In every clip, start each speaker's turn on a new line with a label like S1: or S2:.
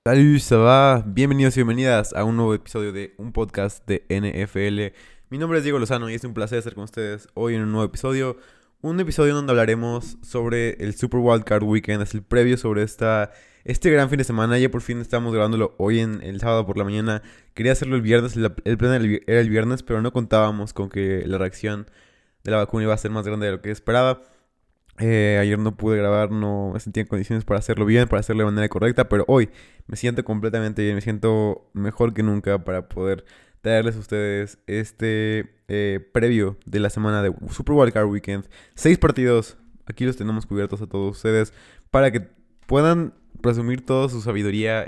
S1: Salut, ça va? Bienvenidos y bienvenidas a un nuevo episodio de un podcast de NFL. Mi nombre es Diego Lozano y es un placer estar con ustedes hoy en un nuevo episodio. Un episodio donde hablaremos sobre el Super Wildcard Weekend, es el previo sobre este gran fin de semana. Ya por fin estamos grabándolo hoy en el sábado por la mañana. Quería hacerlo el viernes, el plan era el viernes, pero no contábamos con que la reacción de la vacuna iba a ser más grande de lo que esperaba. Ayer no pude grabar, no me sentía en condiciones para hacerlo bien, para hacerlo de manera correcta, pero hoy me siento completamente bien, me siento mejor que nunca para poder traerles a ustedes este previo de la semana de Super Wildcard Weekend. 6 partidos, aquí los tenemos cubiertos a todos ustedes para que puedan presumir toda su sabiduría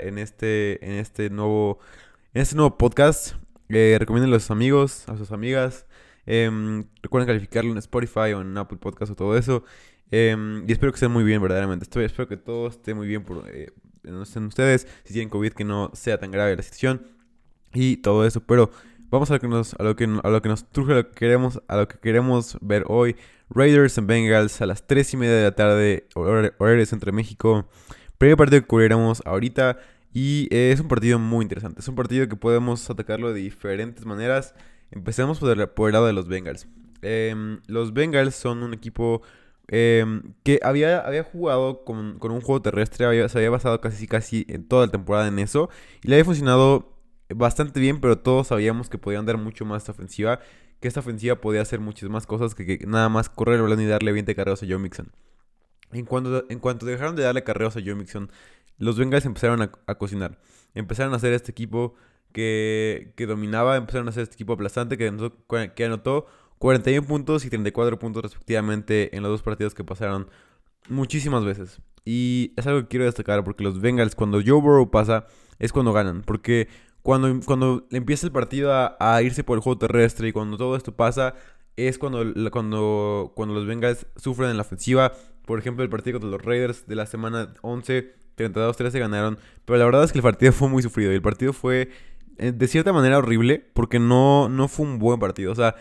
S1: en este nuevo podcast. Recomiéndenlo a sus amigos, a sus amigas. Recuerden calificarlo en Spotify o en Apple Podcast o todo eso. Y espero que estén muy bien, verdaderamente. Espero que todo esté muy bien no estén ustedes. Si tienen COVID, que no sea tan grave la situación y todo eso. Pero vamos a lo que nos truje, a lo que queremos ver hoy. Raiders and Bengals a las 3:30 de la tarde, horario centro de México. Primer partido que cubriremos ahorita. Y es un partido muy interesante. Es un partido que podemos atacarlo de diferentes maneras. Empecemos por el lado de los Bengals. Los Bengals son un equipo que había jugado con un juego terrestre, se había basado casi en toda la temporada en eso, y le había funcionado bastante bien, pero todos sabíamos que podían dar mucho más esta ofensiva, que esta ofensiva podía hacer muchas más cosas que nada más correr el balón y darle 20 carreras a Joe Mixon. En cuanto dejaron de darle carreras a Joe Mixon, los Bengals empezaron a cocinar. Empezaron a hacer este equipo que dominaba, empezaron a hacer este equipo aplastante que anotó 41 puntos y 34 puntos respectivamente en los dos partidos que pasaron muchísimas veces. Y es algo que quiero destacar porque los Bengals, cuando Joe Burrow pasa, es cuando ganan. Porque cuando empieza el partido a irse por el juego terrestre y cuando todo esto pasa, es cuando los Bengals sufren en la ofensiva. Por ejemplo, el partido contra los Raiders de la semana 11, 32-13 ganaron. Pero la verdad es que el partido fue muy sufrido y el partido fue de cierta manera horrible porque no fue un buen partido. O sea,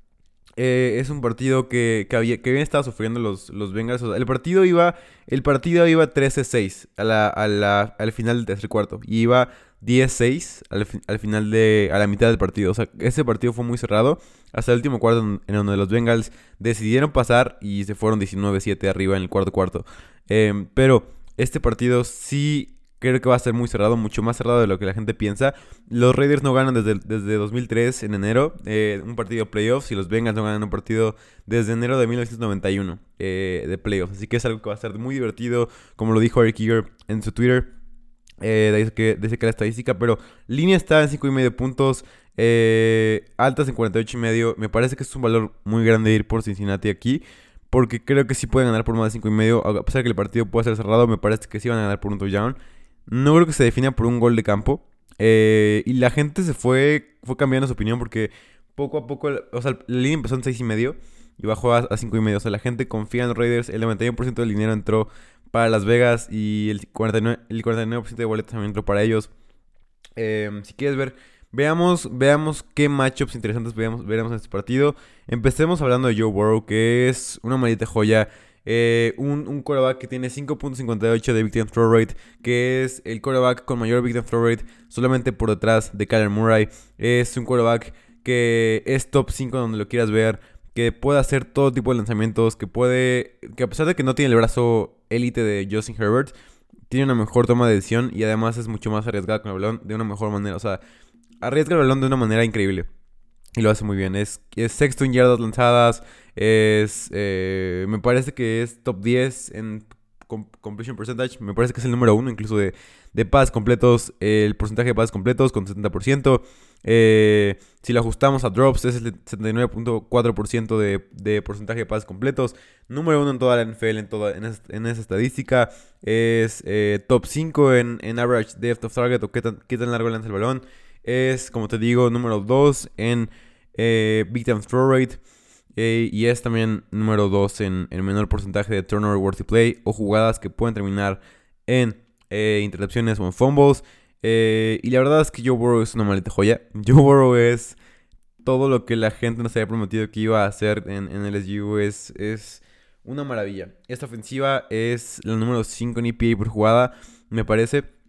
S1: es un partido que habían estado sufriendo los Bengals. O sea, el partido iba 13-6 al final del tercer cuarto. Y iba 10-6 al final a la mitad del partido. O sea, ese partido fue muy cerrado. Hasta el último cuarto en donde los Bengals decidieron pasar y se fueron 19-7 arriba en el cuarto cuarto. Pero este partido sí creo que va a ser muy cerrado, mucho más cerrado de lo que la gente piensa. Los Raiders no ganan desde 2003 en enero un partido de playoffs, y los Bengals no ganan un partido desde enero de 1991 de playoffs. Así que es algo que va a ser muy divertido, como lo dijo Eric Eager en su Twitter. Dice que la estadística, pero línea está en 5.5 puntos, altas en 48.5. Me parece que es un valor muy grande ir por Cincinnati aquí, porque creo que sí pueden ganar por más de 5.5. A pesar de que el partido pueda ser cerrado, me parece que sí van a ganar por un touchdown. No creo que se defina por un gol de campo. Y la gente fue cambiando su opinión porque poco a poco, o sea, la línea empezó en 6.5 y bajó a 5.5. O sea, la gente confía en los Raiders. El 91% del dinero entró para Las Vegas y el 49% de boletos también entró para ellos. Si quieres veamos qué matchups interesantes veremos en este partido. Empecemos hablando de Joe Burrow, que es una maldita joya. Un quarterback que tiene 5.58 de victory throw rate, que es el quarterback con mayor victory throw rate, solamente por detrás de Kyler Murray. Es un quarterback que es top 5 donde lo quieras ver, que puede hacer todo tipo de lanzamientos, que a pesar de que no tiene el brazo élite de Justin Herbert, tiene una mejor toma de decisión y además es mucho más arriesgado con el balón de una mejor manera. O sea, arriesga el balón de una manera increíble. Y lo hace muy bien. Es sexto en yardas lanzadas. Me parece que es top 10 en completion percentage. Me parece que es el número uno incluso de pases completos. El porcentaje de pases completos con 70%. Si lo ajustamos a drops, es el 79.4% de porcentaje de pases completos. Número uno en toda la NFL en esa estadística. Es top 5 en average depth of target, o qué tan largo lanza el balón. Es, como te digo, número 2 en big time throw rate. Y es también número 2 en el menor porcentaje de turnover worthy play o jugadas que pueden terminar en intercepciones o en fumbles. Y la verdad es que Joe Burrow es una maldita joya. Joe Burrow es todo lo que la gente nos había prometido que iba a hacer en LSU. Es una maravilla. Esta ofensiva es la número 5 en EPA por jugada, me parece.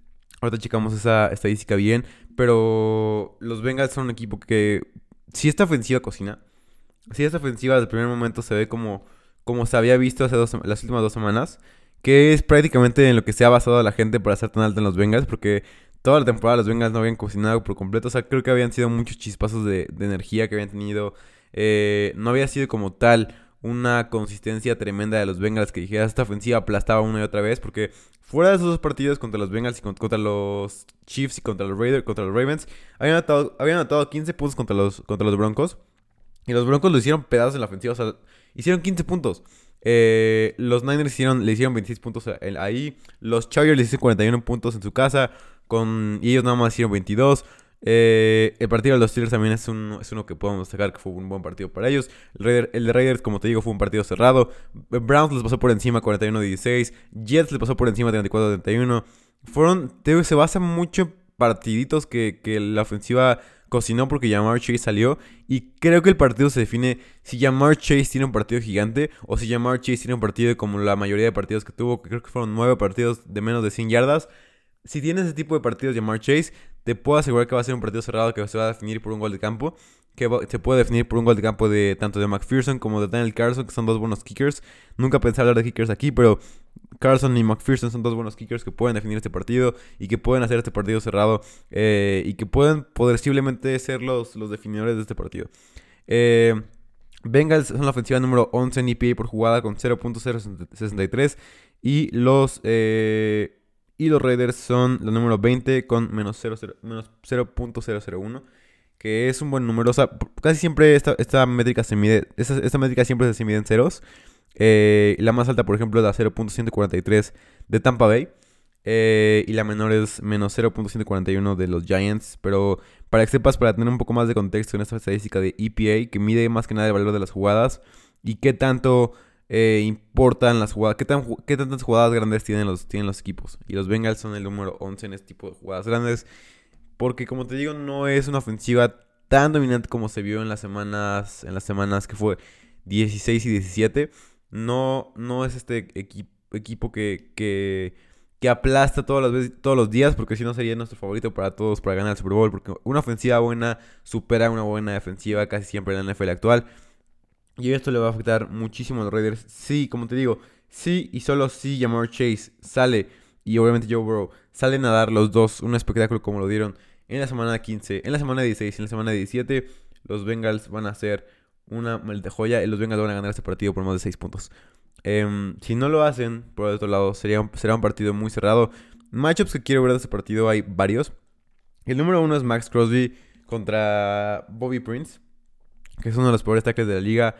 S1: Ahorita checamos esa estadística bien. Pero los Bengals son un equipo que, si esta ofensiva cocina, si esta ofensiva desde el primer momento se ve como se había visto hace las últimas 2 semanas, que es prácticamente en lo que se ha basado la gente para ser tan alta en los Bengals, porque toda la temporada los Bengals no habían cocinado por completo. O sea, creo que habían sido muchos chispazos de energía que habían tenido. No había sido como tal una consistencia tremenda de los Bengals que dijeras esta ofensiva aplastaba una y otra vez, porque fuera de esos dos partidos contra los Bengals y contra los Chiefs y contra los Raiders, contra los Ravens, habían anotado 15 puntos contra los Broncos. Y los Broncos lo hicieron pedazos en la ofensiva. O sea, hicieron 15 puntos. Los Niners le hicieron 26 puntos ahí. Los Chargers le hicieron 41 puntos en su casa. Y ellos nada más hicieron 22. El partido de los Steelers también es uno que podemos destacar que fue un buen partido para ellos. El de Raiders, como te digo, fue un partido cerrado. Browns les pasó por encima 41-16. Jets les pasó por encima 34-31. Se basa mucho en partiditos que la ofensiva cocinó porque Ja'Marr Chase salió. Y creo que el partido se define si Ja'Marr Chase tiene un partido gigante o si Ja'Marr Chase tiene un partido como la mayoría de partidos que tuvo, que creo que fueron 9 partidos de menos de 100 yardas. Si tienes ese tipo de partidos Ja'Marr Chase, te puedo asegurar que va a ser un partido cerrado que se va a definir por un gol de campo. Se puede definir por un gol de campo de tanto de McPherson como de Daniel Carlson, que son dos buenos kickers. Nunca pensé hablar de kickers aquí, pero Carlson y McPherson son dos buenos kickers que pueden definir este partido y que pueden hacer este partido cerrado, y que pueden posiblemente ser los definidores de este partido. Bengals son la ofensiva número 11 en EPA por jugada con 0.063 y los Raiders son la número 20 con menos 0.001, que es un buen número. O sea, casi siempre esta métrica se mide, esta métrica siempre se mide en ceros. La más alta, por ejemplo, es la 0.143 de Tampa Bay. Y la menor es menos 0.141 de los Giants. Pero para que sepas, para tener un poco más de contexto en esta estadística de EPA, que mide más que nada el valor de las jugadas y qué tanto importan las jugadas, qué tantas jugadas grandes tienen los equipos. Y los Bengals son el número 11 en este tipo de jugadas grandes. Porque, como te digo, no es una ofensiva tan dominante como se vio en las semanas que fue 16 y 17. No es este equipo que aplasta todos los días, porque si no sería nuestro favorito para todos para ganar el Super Bowl, porque una ofensiva buena supera una buena defensiva casi siempre en la NFL actual. Y esto le va a afectar muchísimo a los Raiders. Sí, como te digo, sí y solo si Ja'Marr Chase sale y obviamente Joe Burrow salen a dar los dos un espectáculo como lo dieron en la semana 15, en la semana 16 y en la semana 17, los Bengals van a ser una maldita joya y los Bengals van a ganar este partido por más de 6 puntos. Si no lo hacen, por el otro lado, será un partido muy cerrado. Matchups que quiero ver de este partido hay varios. El número 1 es Max Crosby contra Bobby Prince, que es uno de los peores tackles de la liga.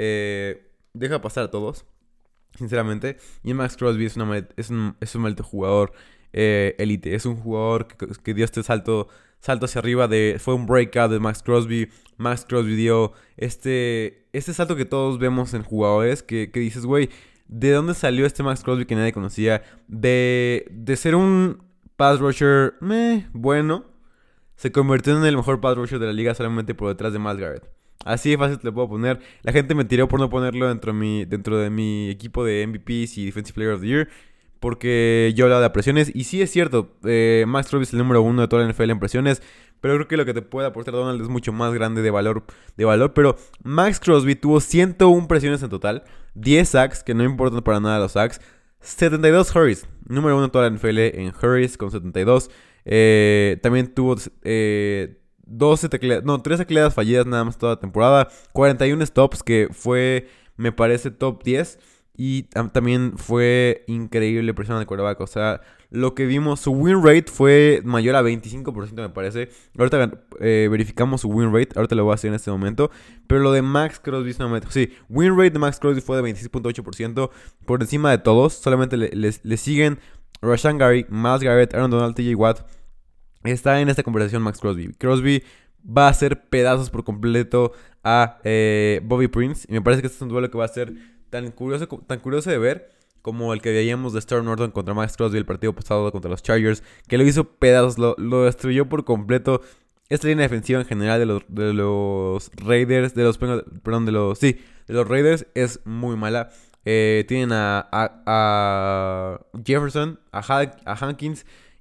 S1: Deja pasar a todos, sinceramente. Y Max Crosby es un maldito jugador elite. Es un jugador que dio este salto hacia arriba. Fue un breakout de Max Crosby. Max Crosby dio este salto que todos vemos en jugadores que dices, güey, ¿de dónde salió este Max Crosby que nadie conocía? De ser un pass rusher bueno, se convirtió en el mejor pass rusher de la liga solamente por detrás de Myles Garrett. Así de fácil te lo puedo poner. La gente me tiró por no ponerlo dentro de mi equipo de MVPs y Defensive Player of the Year, porque yo hablaba de presiones. Y sí es cierto, Max Crosby es el número 1 de toda la NFL en presiones, pero creo que lo que te puede aportar Donald es mucho más grande de valor. Pero Max Crosby tuvo 101 presiones en total, 10 sacks, que no importan para nada los sacks, 72 hurries, número 1 de toda la NFL en hurries con 72. También tuvo 3 tacleadas fallidas nada más toda la temporada, 41 stops, que fue, me parece, top 10. Y también fue increíble presión al quarterback. O sea, lo que vimos, su win rate fue mayor a 25%, me parece. Ahorita verificamos su win rate, ahorita lo voy a hacer en este momento. Pero lo de Max Crosby, sí, win rate de Max Crosby fue de 26.8%, por encima de todos. Solamente le siguen Rashan Gary, Myles Garrett, Aaron Donald, TJ Watt. Está en esta conversación Max Crosby. Crosby va a hacer pedazos por completo a Bobby Prince. Y me parece que este es un duelo que va a ser tan curioso de ver como el que veíamos de Storm Norton contra Max Crosby el partido pasado contra los Chargers, que lo hizo pedazos, lo destruyó por completo. Esta línea defensiva en general de los Raiders, de los Raiders es muy mala. Tienen a Jefferson, a Hankins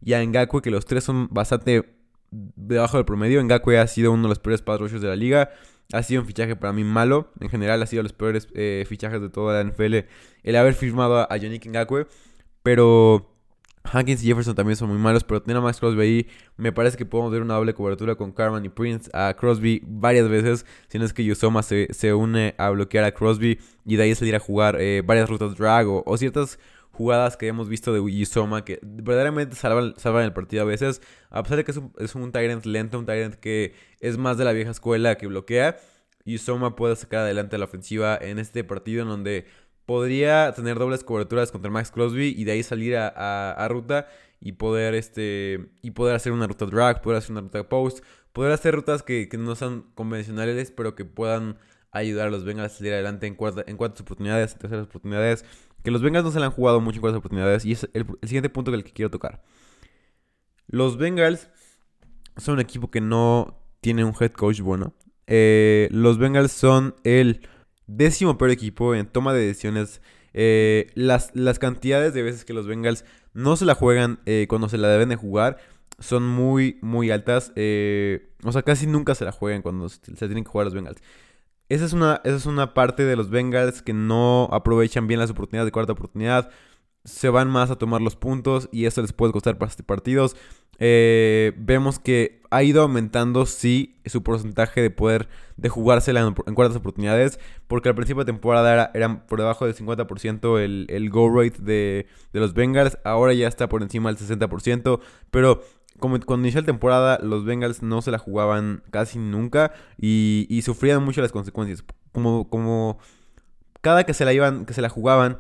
S1: y a Ngakoue, que los tres son bastante debajo del promedio. Ngakoue ha sido uno de los peores pass rushers de la liga. Ha sido un fichaje para mí malo. En general ha sido los peores fichajes de toda la NFL el haber firmado a Yannick Ngakoue. Pero Hankins y Jefferson también son muy malos, pero tener a Max Crosby ahí, me parece que podemos ver una doble cobertura con Carman y Prince a Crosby varias veces, si no es que Uzomah se une a bloquear a Crosby y de ahí salir a jugar varias rutas drag o ciertas jugadas que hemos visto de Uzomah que verdaderamente salvan el partido a veces, a pesar de que es un tight end lento, un tight end que es más de la vieja escuela que bloquea. Uzomah puede sacar adelante la ofensiva en este partido en donde podría tener dobles coberturas contra Max Crosby y de ahí salir a ruta y poder hacer una ruta drag, poder hacer una ruta post, poder hacer rutas que no sean convencionales, pero que puedan ayudar a los Bengals a salir adelante en cuartas oportunidades, en terceras oportunidades, que los Bengals no se le han jugado mucho en cuartas oportunidades, y es el siguiente punto que quiero tocar. Los Bengals son un equipo que no tiene un head coach bueno. Los Bengals son el 10º peor equipo en toma de decisiones. Las cantidades de veces que los Bengals no se la juegan cuando se la deben de jugar son muy, muy altas. O sea, casi nunca se la juegan cuando se tienen que jugar los Bengals. Esa es una parte de los Bengals que no aprovechan bien las oportunidades de cuarta oportunidad. Se van más a tomar los puntos y eso les puede costar para partidos. Vemos que ha ido aumentando, sí, su porcentaje de poder de jugársela en cuartas oportunidades, porque al principio de temporada eran por debajo del 50% el go rate de los Bengals. Ahora ya está por encima del 60%, pero como cuando inició la temporada los Bengals no se la jugaban casi nunca y sufrían mucho las consecuencias. Como cada que se la jugaban,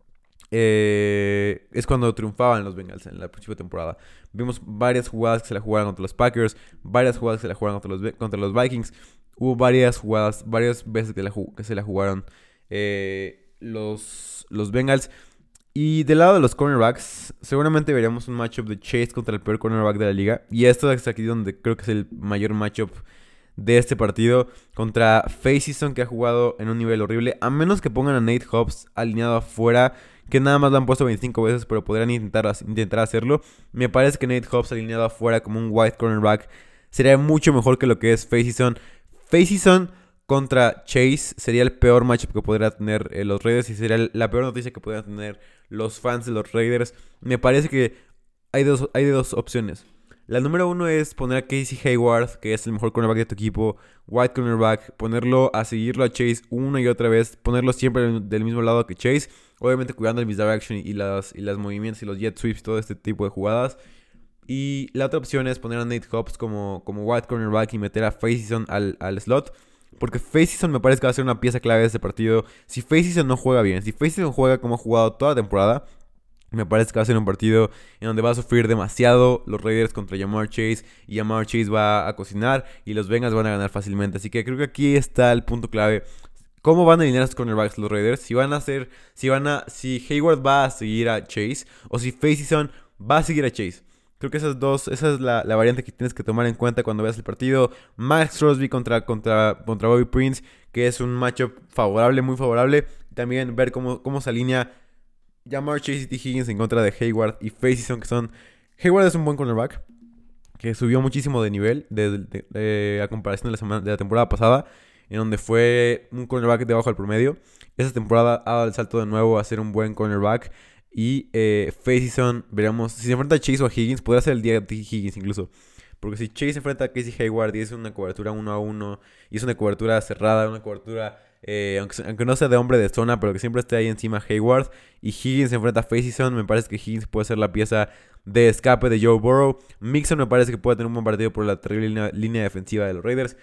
S1: es cuando triunfaban los Bengals en la próxima temporada. Vimos varias jugadas que se la jugaron contra los Packers, varias jugadas que se la jugaron contra los Vikings. Hubo varias veces que se la jugaron los Bengals. Y del lado de los cornerbacks, seguramente veríamos un matchup de Chase contra el peor cornerback de la liga. Y esto es aquí donde creo que es el mayor matchup de este partido, contra Facyson, que ha jugado en un nivel horrible. A menos que pongan a Nate Hobbs alineado afuera, que nada más lo han puesto 25 veces, pero podrían intentar hacerlo. Me parece que Nate Hobbs alineado afuera como un wide cornerback sería mucho mejor que lo que es Facyson. Facyson contra Chase sería el peor matchup que podría tener los Raiders y sería la peor noticia que podrían tener los fans de los Raiders. Me parece que hay dos opciones. La número uno es poner a Casey Hayward, que es el mejor cornerback de tu equipo, wide cornerback, ponerlo a seguirlo a Chase una y otra vez, ponerlo siempre del mismo lado que Chase, obviamente cuidando el misdirection y las movimientos y los jet sweeps, todo este tipo de jugadas. Y la otra opción es poner a Nate Hobbs como wide cornerback y meter a Facyson al slot, porque Facyson me parece que va a ser una pieza clave de este partido. Si Facyson no juega bien, si Facyson juega como ha jugado toda la temporada, me parece que va a ser un partido en donde va a sufrir demasiado los Raiders contra Ja'Marr Chase. Y Ja'Marr Chase va a cocinar y los Bengals van a ganar fácilmente. Así que creo que aquí está el punto clave. ¿Cómo van a alinear a sus cornerbacks los Raiders? Si Hayward va a seguir a Chase o si Facyson va a seguir a Chase. Creo que esa es la variante que tienes que tomar en cuenta cuando veas el partido. Max Crosby contra Bobby Prince, que es un matchup favorable, muy favorable. También ver cómo se alinea Ja'Marr Chase y T. Higgins en contra de Hayward y Facyson, que son... Hayward es un buen cornerback que subió muchísimo de nivel a comparación de la temporada pasada, en donde fue un cornerback debajo del promedio. Esta temporada ha dado el salto de nuevo a ser un buen cornerback. Y Facyson, veremos, si se enfrenta a Chase o a Higgins, podría ser el día de T. Higgins incluso. Porque si Chase se enfrenta a Casey Hayward y es una cobertura 1-1, y es una cobertura cerrada, una cobertura... aunque no sea de hombre de zona, pero que siempre esté ahí encima Hayward, y Higgins se enfrenta a Facyson, me parece que Higgins puede ser la pieza de escape de Joe Burrow. Mixon me parece que puede tener un buen partido por la terrible línea defensiva de los Raiders.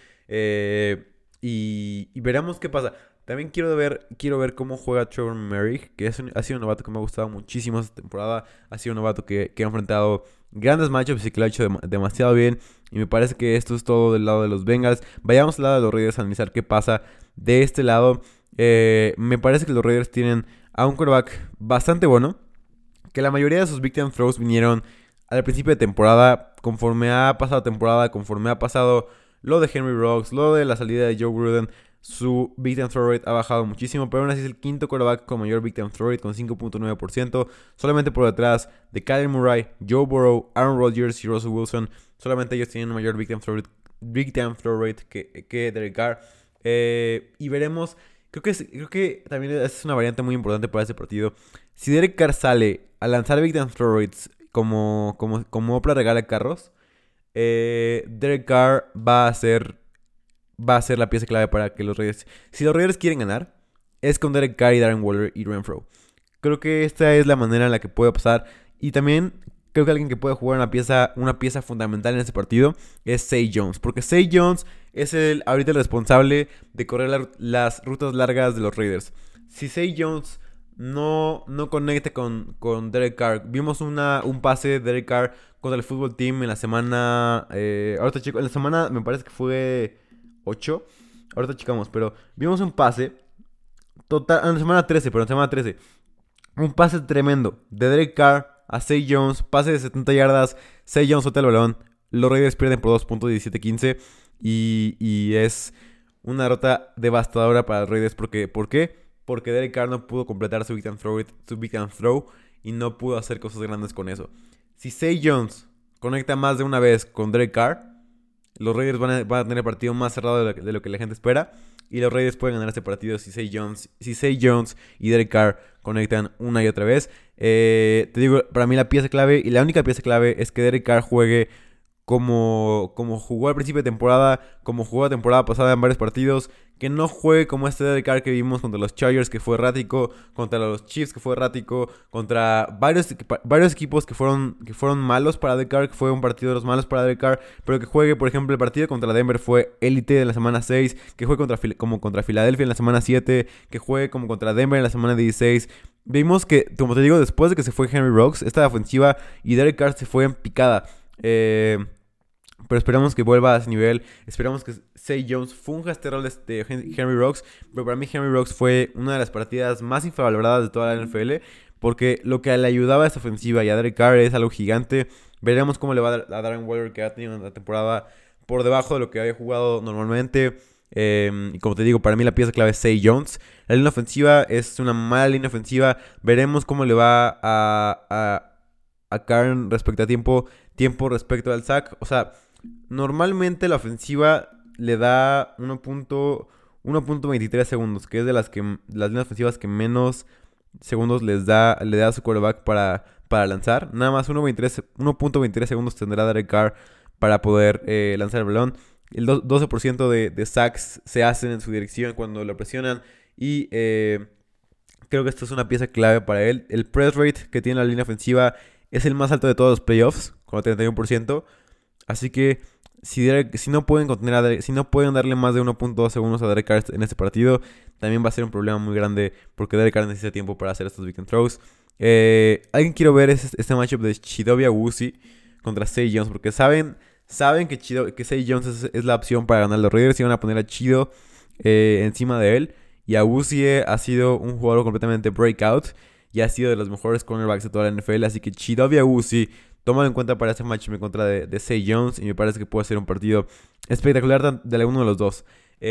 S1: Y veremos qué pasa. También quiero ver cómo juega Trevor Merrick, que ha sido un novato que me ha gustado muchísimo esta temporada. Ha sido un novato que ha enfrentado grandes matchups y que lo ha hecho demasiado bien. Y me parece que esto es todo del lado de los Bengals. Vayamos al lado de los Raiders a analizar qué pasa de este lado. Me parece que los Raiders tienen a un quarterback bastante bueno, que la mayoría de sus victim throws vinieron al principio de temporada. Conforme ha pasado temporada, conforme ha pasado lo de Henry Ruggs, lo de la salida de Joe Gruden, Su Big Time Throw Rate ha bajado muchísimo, pero aún así es el quinto quarterback con mayor Big Time Throw Rate con 5.9%, solamente por detrás de Kyler Murray, Joe Burrow, Aaron Rodgers y Russell Wilson. Solamente ellos tienen un mayor Big Time Throw Rate que Derek Carr. Y veremos, creo que también es una variante muy importante para este partido. Si Derek Carr sale a lanzar Big Time Throw Rates como Oprah regala carros, Derek Carr va a ser la pieza clave para que los Raiders, si los Raiders quieren ganar, es con Derek Carr y Darren Waller y Renfro. Creo que esta es la manera en la que puede pasar. Y también creo que alguien que puede jugar una pieza fundamental en este partido es Zay Jones. Porque Zay Jones es ahorita el responsable de correr las rutas largas de los Raiders. Si Zay Jones no conecta con Derek Carr, vimos un pase de Derek Carr contra el Football Team en la semana... ahorita chico, en la semana me parece que fue 8. Ahorita checamos, pero vimos un pase total en la semana 13, pero en la semana 13. Un pase tremendo de Derek Carr a Zay Jones, pase de 70 yardas, Zay Jones suelta el balón, los Raiders pierden por 2.17-15 y es una derrota devastadora para los Raiders. ¿Por qué? Porque Derek Carr no pudo completar su Big Time Throw y no pudo hacer cosas grandes con eso. Si Zay Jones conecta más de una vez con Derek Carr, los Raiders van a tener el partido más cerrado de lo que la gente espera. Y los Raiders pueden ganar este partido si Zay Jones y Derek Carr conectan una y otra vez. Te digo, para mí la pieza clave y la única pieza clave es que Derek Carr juegue como jugó al principio de temporada, como jugó la temporada pasada en varios partidos, que no juegue como este Derek Carr que vimos contra los Chargers, que fue errático, contra los Chiefs, que fue errático, contra varios equipos que fueron malos para Derek Carr, que fue un partido de los malos para Derek Carr, pero que juegue, por ejemplo, el partido contra Denver fue élite en la semana 6, que juegue como contra Filadelfia en la semana 7, que juegue como contra Denver en la semana 16. Vimos que, como te digo, después de que se fue Henry Ruggs, esta ofensiva y Derek Carr se fue en picada. Pero esperamos que vuelva a ese nivel. Esperamos que Zay Jones funja este rol de Henry Ruggs. Pero para mí Henry Ruggs fue una de las partidas más infravaloradas de toda la NFL, porque lo que le ayudaba a esta ofensiva y a Derek Carr es algo gigante. Veremos cómo le va a Darren Waller, que ha tenido una temporada por debajo de lo que había jugado normalmente. Y como te digo, para mí la pieza clave es Zay Jones. La línea ofensiva es una mala línea ofensiva. Veremos cómo le va a Carr respecto a tiempo respecto al sack. O sea, normalmente la ofensiva le da 1.23 segundos, que es de las líneas ofensivas que menos segundos le da a su quarterback para lanzar. Nada más 1.23 segundos tendrá Derek Carr para poder lanzar el balón. El 12% de sacks se hacen en su dirección cuando lo presionan. Y creo que esto es una pieza clave para él. El press rate que tiene la línea ofensiva es el más alto de todos los playoffs, con el 31%. Así que si no pueden darle más de 1.2 segundos a Derek Carr en este partido, también va a ser un problema muy grande, porque Derek Carr necesita tiempo para hacer estos big time throws. Alguien quiero ver este matchup de Chidobe Awuzie contra Zay Jones, porque saben que Zay Jones es la opción para ganar los Raiders y van a poner a Chido encima de él. Y Awuzie ha sido un jugador completamente breakout y ha sido de los mejores cornerbacks de toda la NFL. Así que Chidobe Awuzie, tómalo en cuenta para este match en contra de Zay Jones. Y me parece que puede ser un partido espectacular de alguno de los dos.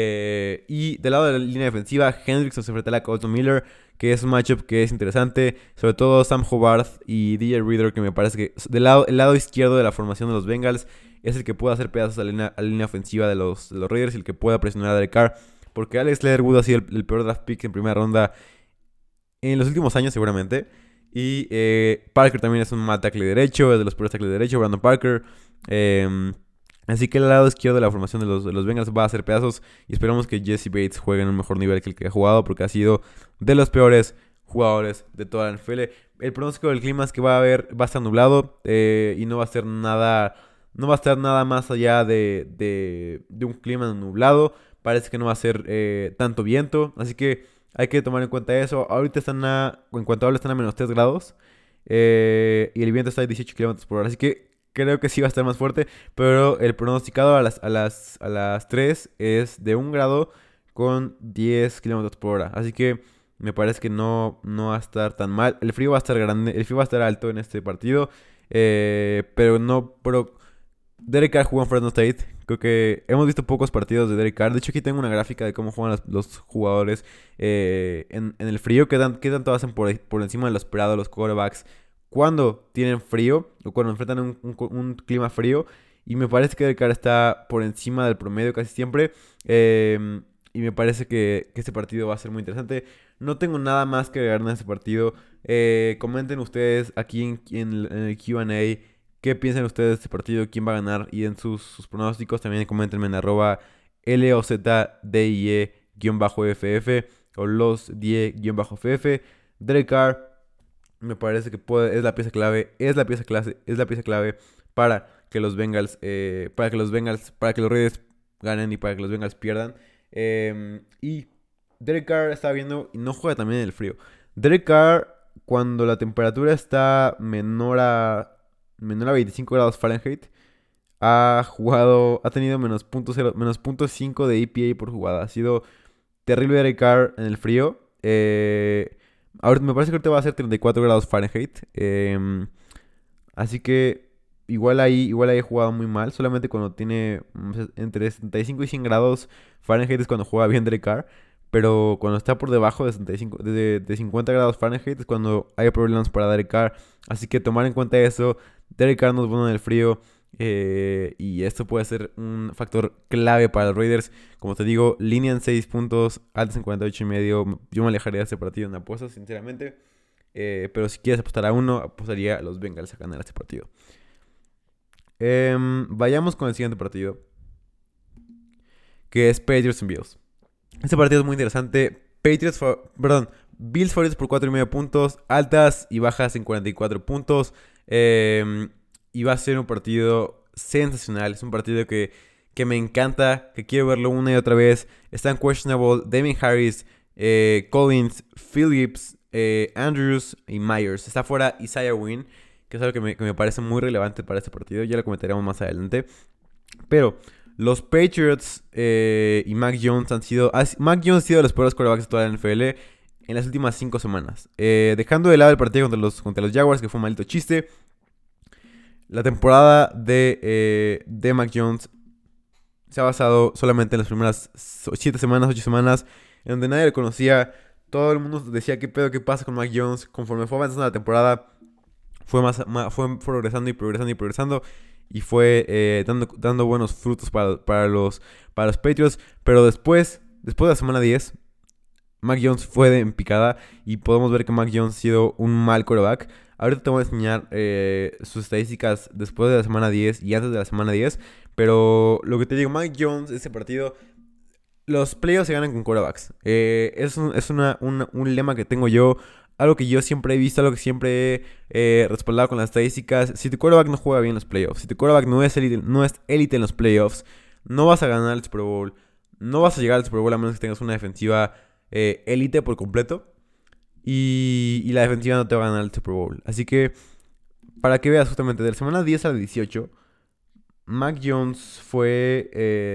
S1: Y del lado de la línea defensiva, Hendrickson se enfrentará a Colton Miller, que es un matchup que es interesante. Sobre todo Sam Hubbard y DJ Reader, que me parece que el lado izquierdo de la formación de los Bengals es el que puede hacer pedazos a la línea ofensiva de los Raiders y el que pueda presionar a Derek Carr. Porque Alex Leatherwood ha sido el peor draft pick en primera ronda en los últimos años seguramente. Y Parker también es un mal tackle derecho, es de los peores tackles de derecho, Brandon Parker. Así que el lado izquierdo de la formación de los Bengals va a hacer pedazos. Y esperamos que Jesse Bates juegue en un mejor nivel que el que ha jugado, porque ha sido de los peores jugadores de toda la NFL. El pronóstico del clima es que va a estar nublado y no va a estar nada más allá de un clima nublado. Parece que no va a ser tanto viento, así que hay que tomar en cuenta eso. Ahorita en cuanto hablo, están a menos 3 grados y el viento está a 18 kilómetros por hora, así que creo que sí va a estar más fuerte. Pero el pronosticado a las 3 es de 1 grado con 10 kilómetros por hora, así que me parece que no va a estar tan mal. El frío va a estar grande, el frío va a estar alto en este partido, pero Derek Carr jugó en Fresno State. Creo que hemos visto pocos partidos de Derek Carr. De hecho, aquí tengo una gráfica de cómo juegan los jugadores en el frío. Qué tanto hacen por encima de lo esperado los quarterbacks cuando tienen frío o cuando enfrentan un clima frío. Y me parece que Derek Carr está por encima del promedio casi siempre. Y me parece que este partido va a ser muy interesante. No tengo nada más que agregar en este partido. Comenten ustedes aquí en el Q&A. ¿Qué piensan ustedes de este partido? ¿Quién va a ganar? Y en sus pronósticos también coméntenme en arroba LOZDIE-FF o los die-FF. Derek Carr me parece que es la pieza clave, es la pieza clave para que los Bengals, para que los Raiders ganen y para que los Bengals pierdan. Y Derek Carr está viendo y no juega también en el frío. Derek Carr, cuando la temperatura está menor a 25 grados Fahrenheit, ha tenido menos punto 5 de EPA por jugada. Ha sido terrible Derek Carr en el frío. Ahora me parece que ahorita va a ser 34 grados Fahrenheit. Así que igual ahí he jugado muy mal. Solamente cuando tiene entre 75 y 100 grados Fahrenheit es cuando juega bien Derek Carr. Pero cuando está por debajo de 75, de 50 grados Fahrenheit es cuando hay problemas para Derek Carr. Así que tomar en cuenta eso. Derek Carr no es bueno en el frío. Y esto puede ser un factor clave para los Raiders. Como te digo, línea en 6 puntos, altas en 48.5. Yo me alejaría de este partido en apuestas, sinceramente. Pero si quieres apostar a uno, apostaría a los Bengals a ganar este partido. Vayamos con el siguiente partido, que es Patriots and Bills. Este partido es muy interesante. Bills favoritos por 4.5 puntos, altas y bajas en 44 puntos. Y va a ser un partido sensacional. Es un partido que me encanta, que quiero verlo una y otra vez. Están questionable Damien Harris, Collins, Phillips, Andrews y Myers. Está fuera Isaiah Wynn, que es algo que me parece muy relevante para este partido. Ya lo comentaremos más adelante. Pero los Patriots y Mac Jones han sido... Mac Jones ha sido de los peores quarterbacks de toda la NFL en las últimas 5 semanas. Dejando de lado el partido contra los Jaguars, que fue un maldito chiste. La temporada de Mac Jones se ha basado solamente en las primeras 7 semanas, 8 semanas, en donde nadie lo conocía. Todo el mundo decía qué pedo, qué pasa con Mac Jones. Conforme fue avanzando la temporada, fue progresando y progresando y progresando. Y fue dando buenos frutos para los Patriots. Pero después de la semana 10, Mac Jones fue en picada. Y podemos ver que Mac Jones ha sido un mal quarterback. Ahorita te voy a enseñar sus estadísticas después de la semana 10 y antes de la semana 10. Pero lo que te digo, Mac Jones, ese partido, los playoffs se ganan con quarterbacks. Es un lema que tengo yo. Algo que yo siempre he visto, algo que siempre he respaldado con las estadísticas. Si tu quarterback no juega bien en los playoffs, si tu quarterback no es élite en los playoffs, no vas a ganar el Super Bowl. No vas a llegar al Super Bowl a menos que tengas una defensiva élite por completo. Y la defensiva no te va a ganar el Super Bowl. Así que, para que veas justamente, de la semana 10 a la 18, Mac Jones fue...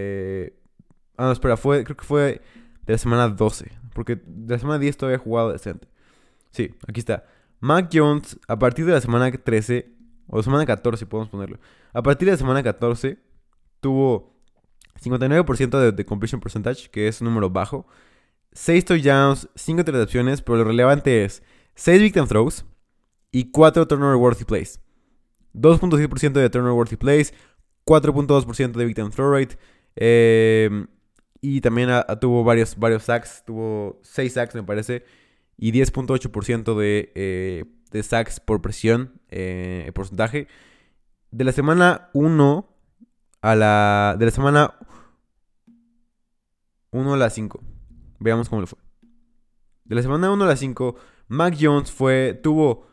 S1: creo que fue de la semana 12. Porque de la semana 10 todavía he jugado decente. Sí, aquí está. Mac Jones, a partir de la semana 13, o semana 14 podemos ponerlo. A partir de la semana 14, tuvo 59% de completion percentage, que es un número bajo. 6 touchdowns, 5 intercepciones, pero lo relevante es 6 victim throws y 4 turnover worthy plays. 2.6% de turnover worthy plays, 4.2% de victim throw rate. Y también tuvo varios sacks, tuvo 6 sacks me parece, y 10.8% de sacks por presión, porcentaje. De la semana 1 a la semana 1 a la 5. Veamos cómo le fue. De la semana 1 a la 5, Mac Jones tuvo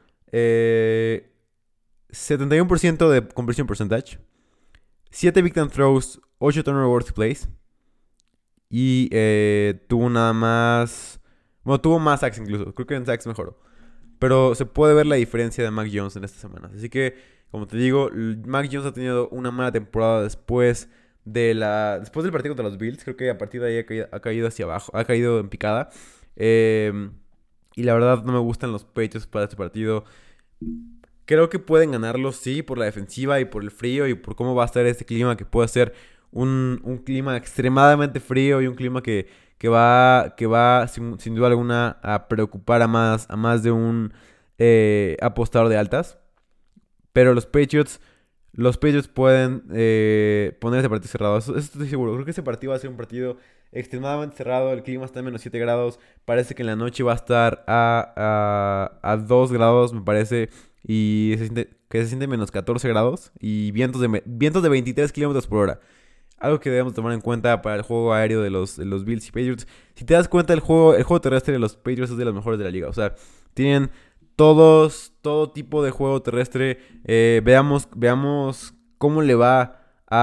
S1: 71% de completion percentage, 7 victim throws, 8 turnover worthy plays. Y tuvo nada más... Bueno, tuvo más sacks incluso. Creo que en sacks mejoró. Pero se puede ver la diferencia de Mac Jones en estas semanas. Así que, como te digo, Mac Jones ha tenido una mala temporada después del partido contra los Bills. Creo que a partir de ahí ha caído hacia abajo. Ha caído en picada. Y la verdad no me gustan los Patriots para este partido. Creo que pueden ganarlo, sí, por la defensiva y por el frío y por cómo va a estar este clima, que puede ser un clima extremadamente frío y un clima que va sin duda alguna a preocupar a más de un apostador de altas. Pero los Patriots pueden poner ese partido cerrado. Eso estoy seguro. Creo que ese partido va a ser un partido extremadamente cerrado. El clima está en -7 grados. Parece que en la noche va a estar a 2 grados, me parece. Y que se siente -14 grados. Y vientos de 23 kilómetros por hora. Algo que debemos tomar en cuenta para el juego aéreo de los Bills y Patriots. Si te das cuenta, el juego terrestre de los Patriots es de los mejores de la liga. O sea, tienen todo tipo de juego terrestre. Veamos cómo le va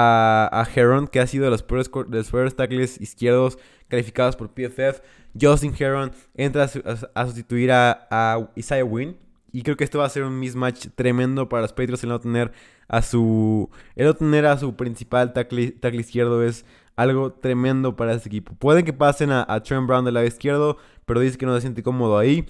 S1: a Heron, que ha sido de los peores tackles izquierdos calificados por PFF. Justin Heron entra a sustituir a Isaiah Wynn. Y creo que esto va a ser un mismatch tremendo para los Patriots. El no tener a su principal tackle izquierdo es algo tremendo para este equipo. Pueden que pasen a Trent Brown del lado izquierdo, pero dice que no se siente cómodo ahí.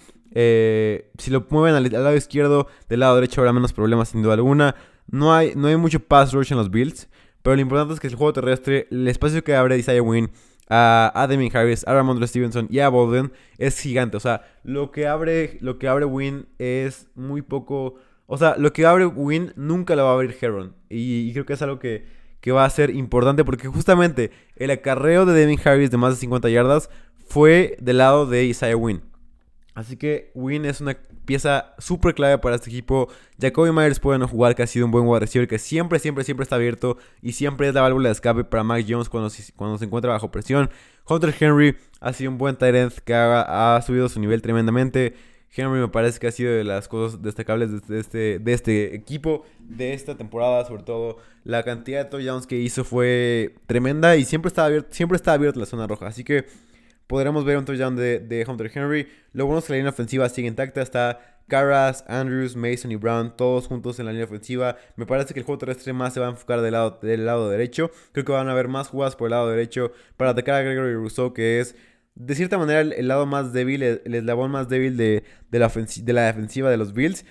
S1: Si lo mueven al lado izquierdo, del lado derecho habrá menos problemas sin duda alguna. No hay mucho pass rush en los Bills, pero lo importante es que el juego terrestre, el espacio que abre Isaiah Wynn a Damien Harris, a Ramondre Stevenson y a Bolden es gigante. O sea, lo que abre Wynn es muy poco. O sea, lo que abre Wynn nunca lo va a abrir Heron. Y creo que es algo que va a ser importante porque justamente el acarreo de Damien Harris de más de 50 yardas fue del lado de Isaiah Wynn. Así que Wynn es una pieza súper clave para este equipo. Jacoby Myers puede no jugar, que ha sido un buen wide receiver, que siempre, siempre, siempre está abierto y siempre es la válvula de escape para Mac Jones cuando se encuentra bajo presión. Hunter Henry ha sido un buen tight end que ha subido su nivel tremendamente. Henry me parece que ha sido de las cosas destacables de este equipo, de esta temporada, sobre todo. La cantidad de touchdowns que hizo fue tremenda y siempre está abierto la zona roja. Así que podremos ver un touchdown de Hunter Henry. Lo bueno es que la línea ofensiva sigue intacta. Está Karras, Andrews, Mason y Brown, todos juntos en la línea ofensiva. Me parece que el juego terrestre más se va a enfocar del lado derecho. Creo que van a haber más jugadas por el lado derecho para atacar a Gregory Rousseau, que es de cierta manera el lado más débil, el eslabón más débil de la defensiva de los Bills.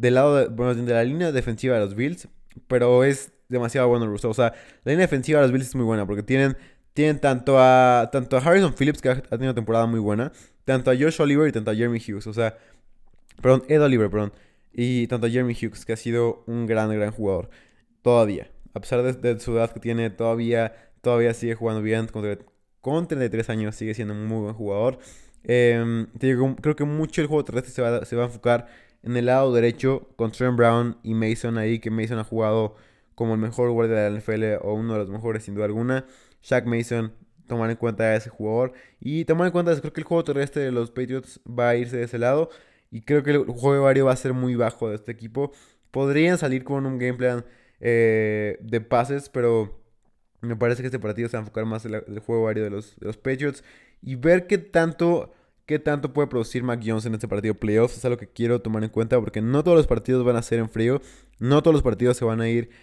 S1: De la línea defensiva de los Bills. Pero es demasiado bueno Rousseau. O sea, la línea defensiva de los Bills es muy buena porque tienen tanto a Harrison Phillips, que ha tenido una temporada muy buena, tanto a Josh Oliver y tanto a Jeremy Hughes. O sea, perdón, Ed Oliver, perdón. Y tanto a Jeremy Hughes, que ha sido un gran, gran jugador. Todavía. A pesar de su edad que tiene, todavía sigue jugando bien. Con 33 años sigue siendo un muy buen jugador. Te digo, creo que mucho el juego terrestre se va a enfocar en el lado derecho con Trent Brown y Mason ahí, que Mason ha jugado como el mejor guardia de la NFL o uno de los mejores sin duda alguna. Shaq Mason, tomar en cuenta a ese jugador. Y tomar en cuenta, creo que el juego terrestre de los Patriots va a irse de ese lado. Y creo que el juego aéreo va a ser muy bajo de este equipo. Podrían salir con un game plan de pases, pero me parece que este partido se va a enfocar más en el juego aéreo de los Patriots. Y ver qué tanto puede producir Mac Jones en este partido de playoffs. Es algo que quiero tomar en cuenta porque no todos los partidos van a ser en frío. No todos los partidos se van a ir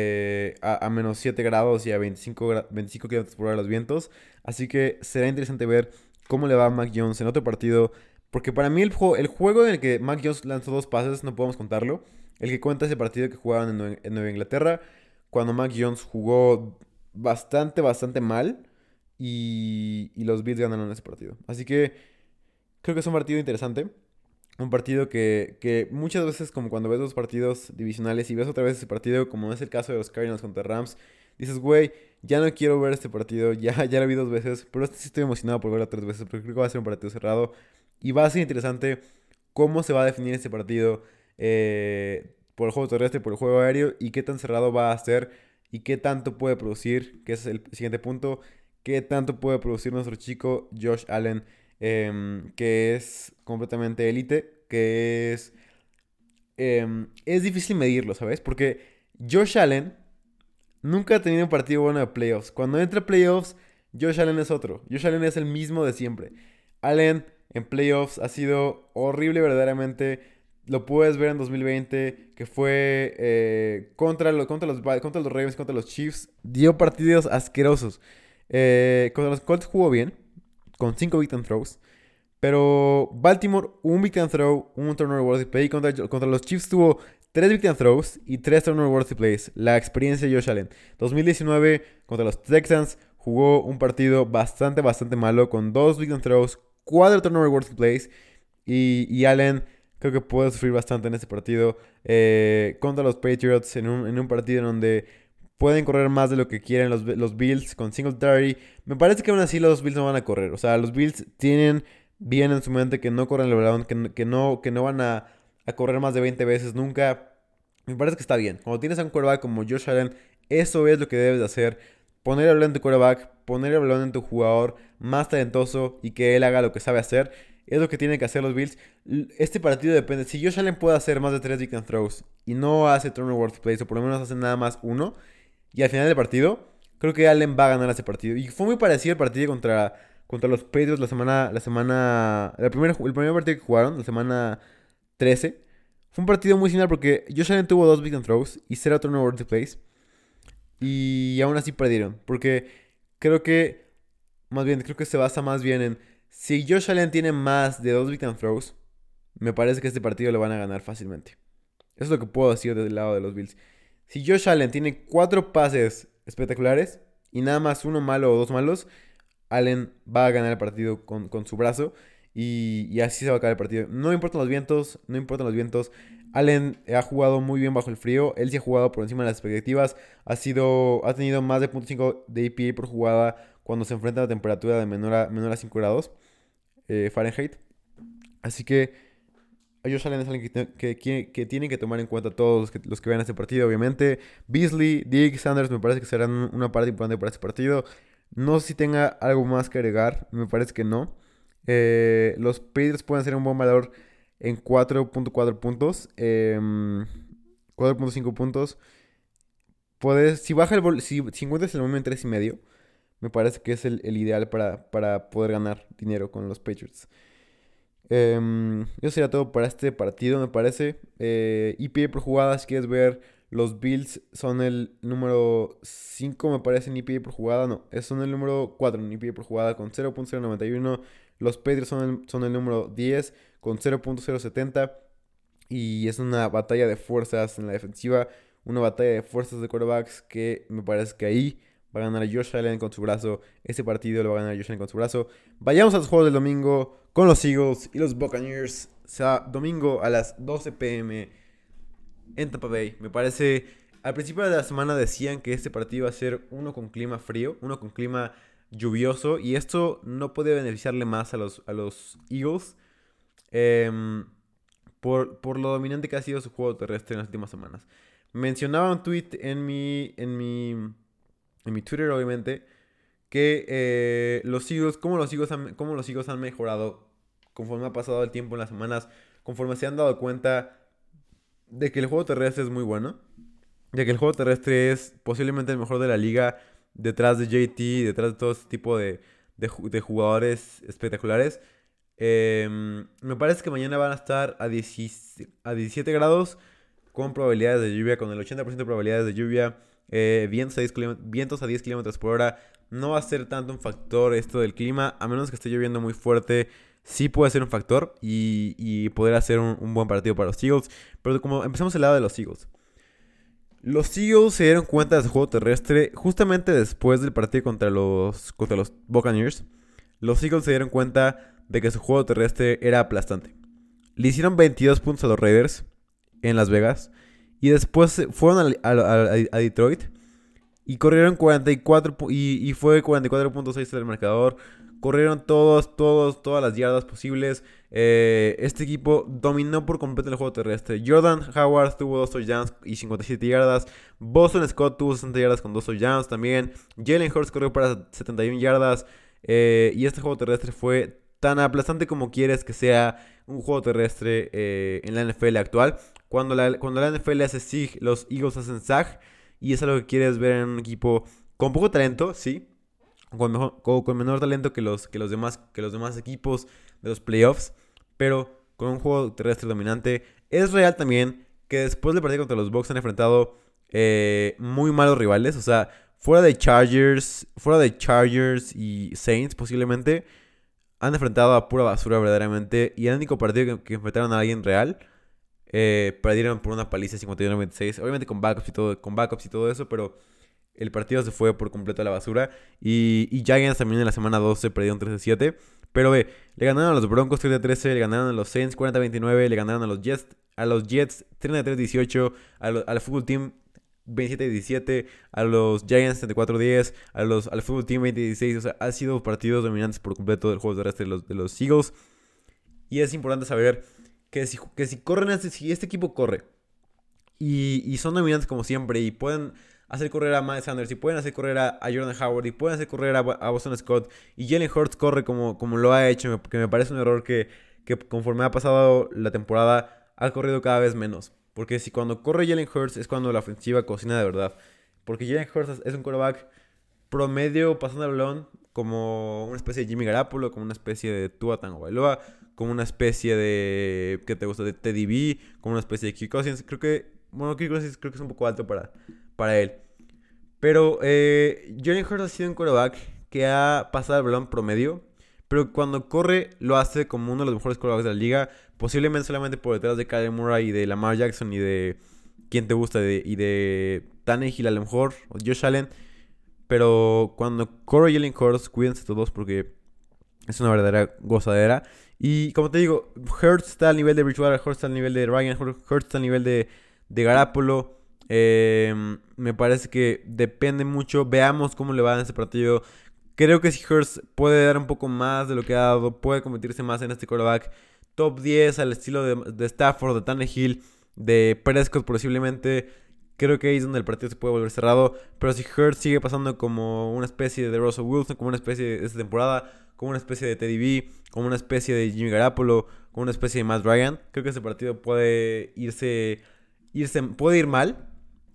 S1: a -7 grados y a 25 kilómetros por hora los vientos. Así que será interesante ver cómo le va a Mac Jones en otro partido. Porque para mí el juego en el que Mac Jones lanzó 2 pases, no podemos contarlo. El que cuenta ese partido que jugaron en Nueva Inglaterra, cuando Mac Jones jugó bastante, bastante mal. Y los Bills ganaron ese partido. Así que creo que es un partido interesante. Un partido que muchas veces, como cuando ves los partidos divisionales y ves otra vez ese partido, como es el caso de los Cardinals contra Rams, dices, güey, ya no quiero ver este partido, ya lo vi 2 veces, pero este sí estoy emocionado por verlo 3 veces, porque creo que va a ser un partido cerrado. Y va a ser interesante cómo se va a definir este partido por el juego terrestre, por el juego aéreo, y qué tan cerrado va a ser, y qué tanto puede producir, que es el siguiente punto, qué tanto puede producir nuestro chico Josh Allen, que es completamente élite, es difícil medirlo, ¿sabes? Porque Josh Allen nunca ha tenido un partido bueno de playoffs. Cuando entra a playoffs, Josh Allen es otro. Josh Allen es el mismo de siempre. Allen en playoffs ha sido horrible verdaderamente. Lo puedes ver en 2020, que fue contra los Ravens, contra los Chiefs. Dio partidos asquerosos. Contra los Colts jugó bien, con 5 victim throws. Pero Baltimore, un victim throw, un turnover worthy play. Contra los Chiefs tuvo 3 victim throws y 3 turnover worthy plays. La experiencia de Josh Allen. 2019 contra los Texans jugó un partido bastante malo con 2 victim throws, 4 turnover worthy plays. Y Allen creo que puede sufrir bastante en este partido contra los Patriots en un partido en donde pueden correr más de lo que quieren los Bills con Singletary. Me parece que aún así los Bills no van a correr. O sea, los Bills tienen bien en su mente que no corren el balón, que no van a correr más de 20 veces nunca. Me parece que está bien. Cuando tienes a un quarterback como Josh Allen, eso es lo que debes de hacer. Poner el balón en tu quarterback, poner el balón en tu jugador más talentoso y que él haga lo que sabe hacer. Es lo que tienen que hacer los Bills. Este partido depende. Si Josh Allen puede hacer más de 3 victim throws y no hace turnover worthy plays, o por lo menos hace nada más uno, y al final del partido, creo que Allen va a ganar ese partido. Y fue muy parecido el partido contra los Patriots el primer partido que jugaron, la semana 13. Fue un partido muy similar porque Josh Allen tuvo 2 victim throws y 0 turnover worthy plays. Y aún así perdieron. Porque creo que se basa más bien en si Josh Allen tiene más de 2 victim throws, me parece que este partido lo van a ganar fácilmente. Eso es lo que puedo decir desde el lado de los Bills. Si Josh Allen tiene 4 pases espectaculares y nada más uno malo o 2 malos, Allen va a ganar el partido con su brazo y así se va a acabar el partido. No importan los vientos, no importan los vientos. Allen ha jugado muy bien bajo el frío. Él sí ha jugado por encima de las expectativas. Ha tenido más de 0.5 de EPA por jugada cuando se enfrenta a la temperatura de menor a 5 grados Fahrenheit. Así que a Josh Allen es alguien que tienen que tomar en cuenta todos los que vean este partido, obviamente. Beasley, Diggs, Sanders me parece que serán una parte importante para este partido. No sé si tenga algo más que agregar, me parece que no. Los Patriots pueden ser un buen valor en 4.4 puntos, 4.5 puntos. Si encuentras el momento en 3.5, me parece que es el ideal para poder ganar dinero con los Patriots. Eso sería todo para este partido, me parece. EPA por jugada, si quieres ver, los Bills son el número 5, me parece, en EPA por jugada. No, son el número 4 en EPA por jugada con 0.091. Los Patriots son el número 10 con 0.070. Y es una batalla de fuerzas en la defensiva, una batalla de fuerzas de quarterbacks que me parece que ahí va a ganar Josh Allen con su brazo. Ese partido lo va a ganar Josh Allen con su brazo. Vayamos a los juegos del domingo con los Eagles y los Buccaneers. O sea, domingo a las 12 p.m. en Tampa Bay. Me parece, al principio de la semana decían que este partido iba a ser uno con clima frío, uno con clima lluvioso. Y esto no puede beneficiarle más a los Eagles. Por lo dominante que ha sido su juego terrestre en las últimas semanas. Mencionaba un tweet en mi Twitter, obviamente, que los Eagles, cómo los Eagles han mejorado conforme ha pasado el tiempo en las semanas, conforme se han dado cuenta de que el juego terrestre es muy bueno, de que el juego terrestre es posiblemente el mejor de la liga, detrás de JT, detrás de todo este tipo de jugadores espectaculares. Me parece que mañana van a estar a 17 grados con probabilidades de lluvia, con el 80% de probabilidades de lluvia. Vientos a 10 kilómetros por hora. No va a ser tanto un factor esto del clima, a menos que esté lloviendo muy fuerte. Sí puede ser un factor y poder hacer un buen partido para los Eagles. Pero como empezamos el lado de los Eagles, se dieron cuenta de su juego terrestre justamente después del partido contra los Buccaneers. Los Eagles se dieron cuenta de que su juego terrestre era aplastante. Le hicieron 22 puntos a los Raiders en Las Vegas. Y después fueron a Detroit y corrieron 44 y fue 44.6 del marcador. Corrieron todas las yardas posibles. Este equipo dominó por completo el juego terrestre. Jordan Howard tuvo 2 touchdowns y 57 yardas. Boston Scott tuvo 60 yardas con 2 touchdowns también. Jalen Hurts corrió para 71 yardas. Y este juego terrestre fue tan aplastante como quieres que sea un juego terrestre en la NFL actual. Cuando la NFL hace SIG, los Eagles hacen SAG. Y es algo que quieres ver en un equipo con poco talento, sí. Con menor talento que los demás equipos de los playoffs. Pero con un juego terrestre dominante. Es real también que después del partido contra los Bucs han enfrentado muy malos rivales. O sea, fuera de Chargers y Saints posiblemente, han enfrentado a pura basura verdaderamente. Y el único partido que enfrentaron a alguien real Perdieron por una paliza 51-26. Obviamente con backups y todo eso, pero el partido se fue por completo a la basura. Y Giants también en la semana 12 perdieron 13-7. Pero ve, le ganaron a los Broncos 30-13, le ganaron a los Saints 40-29, le ganaron a los Jets 33-18, al Football Team 27-17, a los Giants 34-10, al Football Team 20-16. O sea, han sido partidos dominantes por completo del juego terrestre de los Eagles. Y es importante saber que si corren, si este equipo corre y son dominantes como siempre y pueden hacer correr a Miles Sanders y pueden hacer correr a Jordan Howard y pueden hacer correr a Boston Scott y Jalen Hurts corre como lo ha hecho, que me parece un error que conforme ha pasado la temporada ha corrido cada vez menos. Porque si cuando corre Jalen Hurts es cuando la ofensiva cocina de verdad. Porque Jalen Hurts es un quarterback promedio pasando el balón como una especie de Jimmy Garoppolo, como una especie de Tua Tagovailoa, como una especie de, ¿qué te gusta? De Teddy B, como una especie de Kirk Cousins. Kirk Cousins creo que es un poco alto para él. Pero Jalen Hurts ha sido un quarterback que ha pasado el balón promedio, pero cuando corre lo hace como uno de los mejores quarterbacks de la liga, posiblemente solamente por detrás de Kyler Murray y de Lamar Jackson y de quién te gusta y de Tannehill a lo mejor, o Josh Allen. Pero cuando corre Jalen Hurts, cuídense todos porque es una verdadera gozadera. Y como te digo, Hurts está al nivel de Bridgewater, Hurts está al nivel de Ryan, Hurts está al nivel de Garoppolo. Me parece que depende mucho. Veamos cómo le va en este partido. Creo que si Hurts puede dar un poco más de lo que ha dado, puede convertirse más en este quarterback top 10 al estilo de Stafford, de Tannehill, de Prescott posiblemente. Creo que ahí es donde el partido se puede volver cerrado. Pero si Hurts sigue pasando como una especie de Russell Wilson, como una especie de esta temporada, como una especie de Teddy B, como una especie de Jimmy Garoppolo, como una especie de Matt Ryan, creo que ese partido puede puede ir mal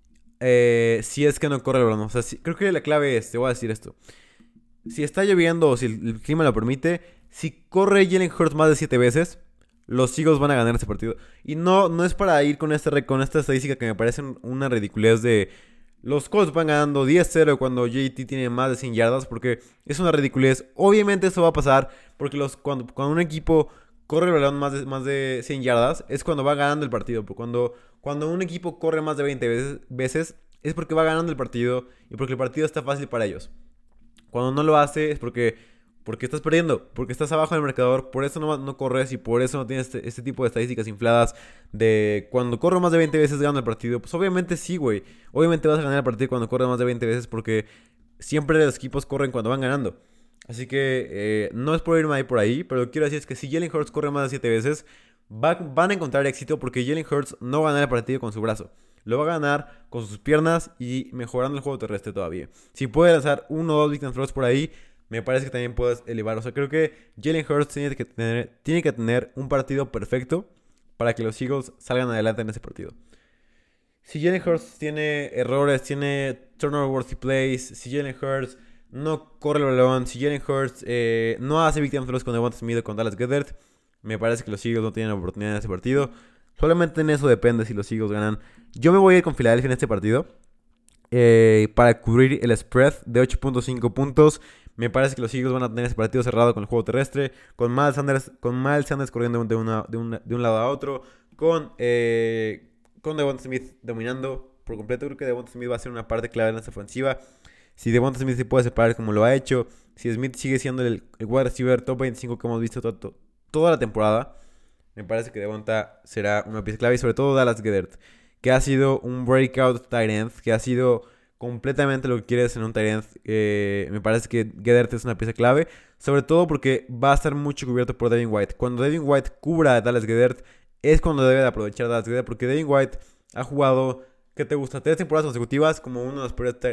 S1: si es que no corre el balón. O sea, creo que la clave es, te voy a decir esto. Si está lloviendo o si el clima lo permite, si corre Jalen Hurts más de 7 veces, los Eagles van a ganar ese partido. Y no es para ir con esta estadística que me parece una ridiculez de los Colts van ganando 10-0 cuando JT tiene más de 100 yardas, porque es una ridiculez. Obviamente eso va a pasar porque cuando un equipo corre el balón más de 100 yardas es cuando va ganando el partido. Cuando un equipo corre más de 20 veces es porque va ganando el partido y porque el partido está fácil para ellos. Cuando no lo hace es porque estás perdiendo, porque estás abajo del marcador, por eso no corres y por eso no tienes este tipo de estadísticas infladas de cuando corro más de 20 veces gano el partido. Pues obviamente sí, güey. Obviamente vas a ganar el partido cuando corres más de 20 veces porque siempre los equipos corren cuando van ganando. Así que no es por irme ahí por ahí, pero lo que quiero decir es que si Jalen Hurts corre más de 7 veces, van a encontrar éxito porque Jalen Hurts no va a ganar el partido con su brazo. Lo va a ganar con sus piernas y mejorando el juego terrestre todavía. Si puede lanzar uno o dos victim throws por ahí, me parece que también puedes elevar. O sea, creo que Jalen Hurts tiene que tener un partido perfecto para que los Eagles salgan adelante en ese partido. Si Jalen Hurts tiene errores, tiene turnover worthy plays, si Jalen Hurts no corre el balón, si Jalen Hurts no hace victim throws con Devonta Smith o con Dallas Goedert, me parece que los Eagles no tienen oportunidad en ese partido. Solamente en eso depende si los Eagles ganan. Yo me voy a ir con Philadelphia en este partido para cubrir el spread de 8.5 puntos. Me parece que los Eagles van a tener ese partido cerrado con el juego terrestre, con Miles Sanders corriendo de un lado a otro, con Devonta Smith dominando por completo. Creo que Devonta Smith va a ser una parte clave en esta ofensiva. Si Devonta Smith se puede separar como lo ha hecho, si Smith sigue siendo el wide receiver top 25 que hemos visto toda la temporada, me parece que Devonta será una pieza clave. Y sobre todo Dallas Goedert, que ha sido un breakout tight end, que ha sido completamente lo que quieres en un tight end. Me parece que Goedert es una pieza clave, sobre todo porque va a estar mucho cubierto por Devin White. Cuando Devin White cubra a Dallas Goedert es cuando debe de aprovechar Dallas Goedert, porque Devin White ha jugado, ¿qué te gusta? 3 temporadas consecutivas como uno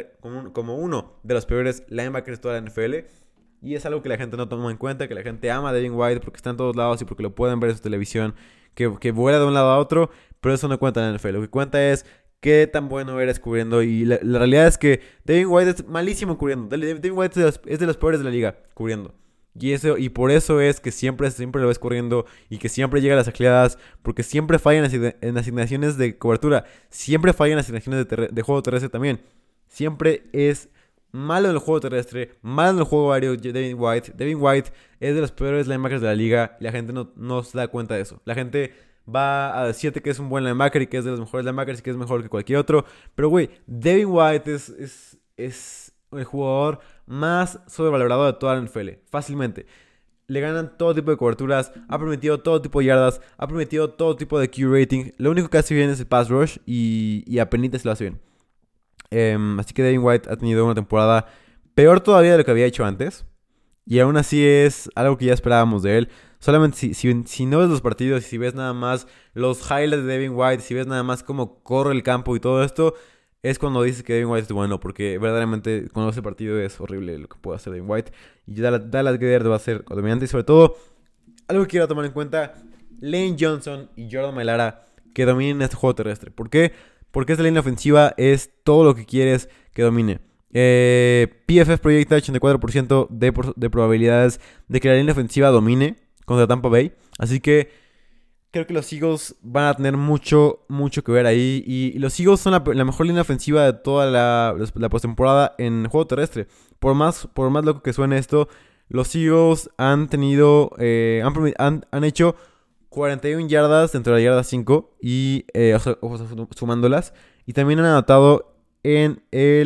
S1: de los peores linebackers de toda la NFL. Y es algo que la gente no toma en cuenta, que la gente ama a Devin White porque está en todos lados y porque lo pueden ver en su televisión, que vuela de un lado a otro, pero eso no cuenta en la NFL. Lo que cuenta es qué tan bueno eres cubriendo. Y la realidad es que Devin White es malísimo cubriendo. Devin White es de los peores de la liga cubriendo. Y por eso es que siempre lo ves corriendo y que siempre llega a las tacleadas, porque siempre fallan en asignaciones de cobertura, siempre fallan en asignaciones de juego terrestre también. Siempre es malo en el juego terrestre, malo en el juego aéreo. Devin White es de los peores linebackers de la liga y la gente no se da cuenta de eso. La gente va a decirte que es un buen linebacker y que es de los mejores linebackers y que es mejor que cualquier otro. Pero, güey, Devin White es el jugador más sobrevalorado de toda la NFL. Fácilmente. Le ganan todo tipo de coberturas, ha permitido todo tipo de yardas, ha permitido todo tipo de Q-rating. Lo único que hace bien es el pass rush y apenas se lo hace bien. Así que Devin White ha tenido una temporada peor todavía de lo que había hecho antes. Y aún así es algo que ya esperábamos de él. Solamente si no ves los partidos, si ves nada más los highlights de Devin White, si ves nada más cómo corre el campo y todo esto, es cuando dices que Devin White es bueno. Porque verdaderamente cuando ese partido es horrible lo que puede hacer Devin White. Y Dallas Goedert va a ser dominante. Y sobre todo, algo que quiero tomar en cuenta, Lane Johnson y Jordan Mailata que dominen este juego terrestre. ¿Por qué? Porque esta línea ofensiva es todo lo que quieres que domine. PFF proyecta 84% de probabilidades de que la línea ofensiva domine contra Tampa Bay. Así que creo que los Eagles van a tener mucho que ver ahí. Y los Eagles son la mejor línea ofensiva de toda la postemporada en juego terrestre. Por más loco que suene esto, los Eagles han tenido han hecho 41 yardas dentro de la yarda 5 y sumándolas. Y también han anotado en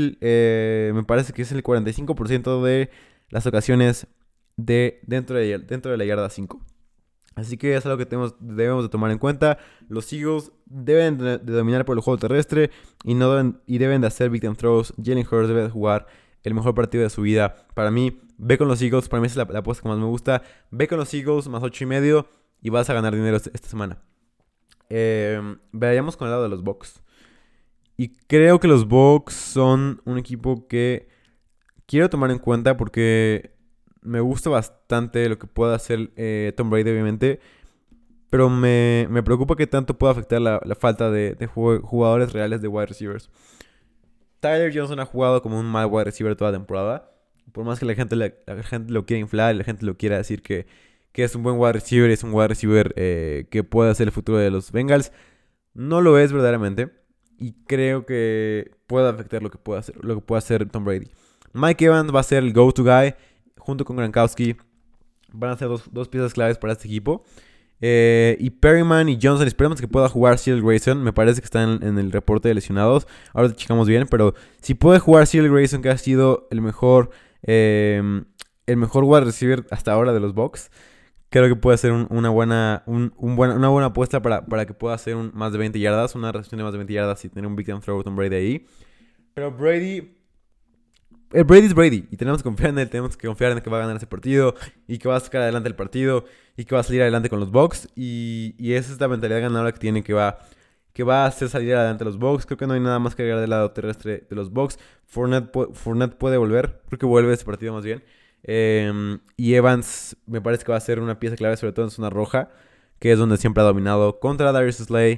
S1: me parece que es el 45% de las ocasiones dentro de la yarda 5. Así que es algo que debemos de tomar en cuenta. Los Eagles deben de dominar por el juego terrestre y deben de hacer victim throws. Jalen Hurts debe de jugar el mejor partido de su vida. Para mí, ve con los Eagles. Para mí es la apuesta que más me gusta. Ve con los Eagles más 8.5 y vas a ganar dinero esta semana. Veamos con el lado de los Bucs. Y creo que los Bucs son un equipo que quiero tomar en cuenta porque me gusta bastante lo que pueda hacer Tom Brady, obviamente. Pero me preocupa que tanto pueda afectar la falta de jugadores reales de wide receivers. Tyler Johnson ha jugado como un mal wide receiver toda la temporada. Por más que la gente lo quiera inflar, la gente lo quiera decir que es un buen wide receiver, es un wide receiver que puede ser el futuro de los Bengals, no lo es verdaderamente. Y creo que puede afectar lo que pueda hacer Tom Brady. Mike Evans va a ser el go-to guy junto con Gronkowski. Van a ser dos piezas claves para este equipo. Y Perryman y Johnson, esperemos que pueda jugar Cyril Grayson. Me parece que están en el reporte de lesionados. Ahora te checamos bien, pero si puede jugar Cyril Grayson, que ha sido el mejor wide receiver hasta ahora de los Bucs, creo que puede ser una buena apuesta para que pueda hacer más de 20 yardas, una recepción de más de 20 yardas y tener un big time throw con Brady ahí. Pero Brady es Brady y tenemos que confiar en él, tenemos que confiar en que va a ganar ese partido y que va a sacar adelante el partido y que va a salir adelante con los Bucs y esa es la mentalidad ganadora que tiene, que va a hacer salir adelante a los Bucs. Creo que no hay nada más que agregar del lado terrestre de los Bucs. Fournette puede volver, creo que vuelve ese partido más bien. Y Evans me parece que va a ser una pieza clave, sobre todo en zona roja, que es donde siempre ha dominado contra Darius Slay.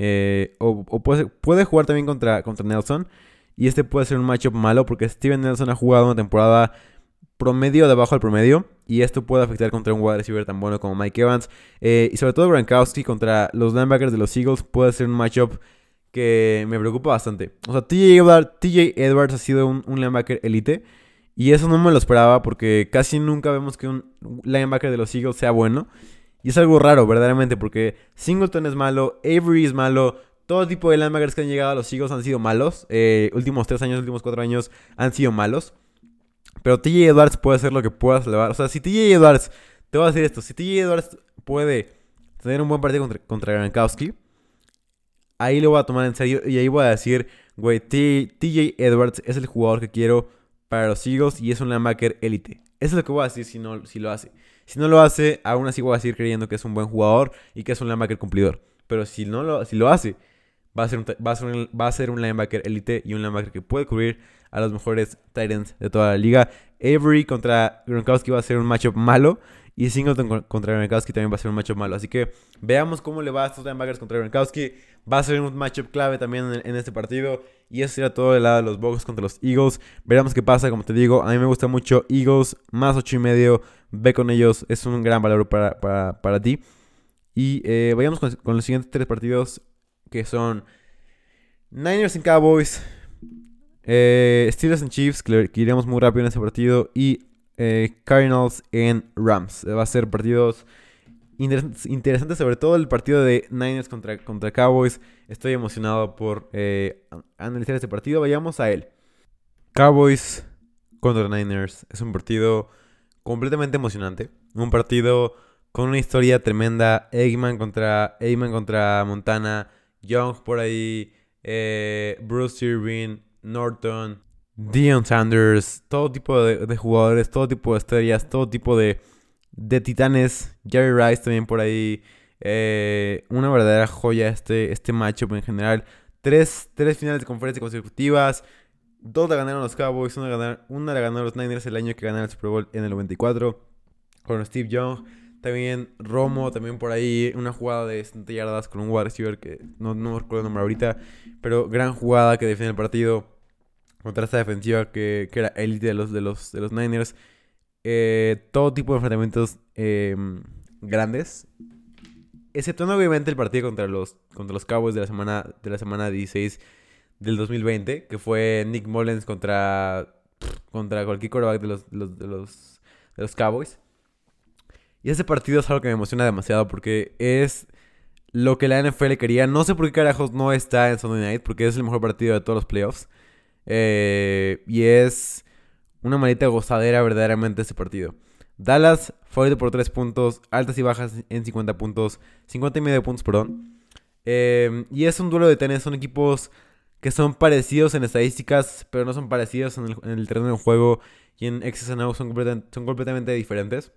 S1: O puede jugar también contra Nelson. Y este puede ser un matchup malo porque Steven Nelson ha jugado una temporada promedio debajo del promedio. Y esto puede afectar contra un wide receiver tan bueno como Mike Evans. Y sobre todo Gronkowski contra los linebackers de los Eagles puede ser un matchup que me preocupa bastante. O sea, TJ Edwards ha sido un linebacker elite. Y eso no me lo esperaba porque casi nunca vemos que un linebacker de los Eagles sea bueno. Y es algo raro, verdaderamente, porque Singleton es malo, Avery es malo. Todo tipo de linebackers que han llegado a los Eagles han sido malos. Últimos 3 años, últimos 4 años han sido malos. Pero TJ Edwards puede hacer lo que pueda salvar. O sea, si TJ Edwards, te voy a decir esto, si TJ Edwards puede tener un buen partido contra Gronkowski, ahí lo voy a tomar en serio y ahí voy a decir, güey, TJ Edwards es el jugador que quiero para los Eagles y es un linebacker élite. Eso es lo que voy a decir si lo hace. Si no lo hace, aún así voy a seguir creyendo que es un buen jugador y que es un linebacker cumplidor. Pero si lo hace, va a ser un linebacker élite y un linebacker que puede cubrir a los mejores tight ends de toda la liga. Avery contra Gronkowski va a ser un matchup malo. Y Singleton contra Gronkowski también va a ser un matchup malo. Así que veamos cómo le va a estos linebackers contra Gronkowski. Va a ser un matchup clave también en este partido. Y eso será todo del lado de los Bucs contra los Eagles. Veremos qué pasa, como te digo. A mí me gusta mucho Eagles, más 8.5. Ve con ellos, es un gran valor para ti. Y vayamos con los siguientes 3 partidos, que son Niners en Cowboys, Steelers en Chiefs, que iremos muy rápido en ese partido, y Cardinals en Rams. Va a ser partidos interesante, sobre todo el partido de Niners contra Cowboys. Estoy emocionado por analizar este partido. Vayamos a él. Cowboys contra Niners. Es un partido completamente emocionante. Un partido con una historia tremenda. Eggman contra Montana. Young por ahí. Bruce Irvin. Norton. Deion Sanders. Todo tipo de jugadores. Todo tipo de historias. Todo tipo de titanes. Jerry Rice también por ahí. Una verdadera joya este matchup en general. Tres finales de conferencia consecutivas. Dos la ganaron los Cowboys, una la ganaron los Niners el año que ganaron el Super Bowl en el 94 con Steve Young. También Romo, también por ahí una jugada de 70 yardas con un wide receiver que no recuerdo el nombre ahorita, pero gran jugada que define el partido contra esta defensiva que era élite de los Niners. Todo tipo de enfrentamientos grandes, exceptuando obviamente el partido contra los Cowboys de la semana 16 del 2020, que fue Nick Mullens contra cualquier quarterback de los Cowboys. Y ese partido es algo que me emociona demasiado porque es lo que la NFL quería. No sé por qué carajos no está en Sunday Night, porque es el mejor partido de todos los playoffs. Y es una maldita gozadera verdaderamente ese partido. Dallas, favorito por 3 puntos, altas y bajas en 50 puntos, 50 y medio puntos, perdón. Y es un duelo de tenis, son equipos que son parecidos en estadísticas, pero no son parecidos en el terreno de juego y en X's and O's son completamente diferentes.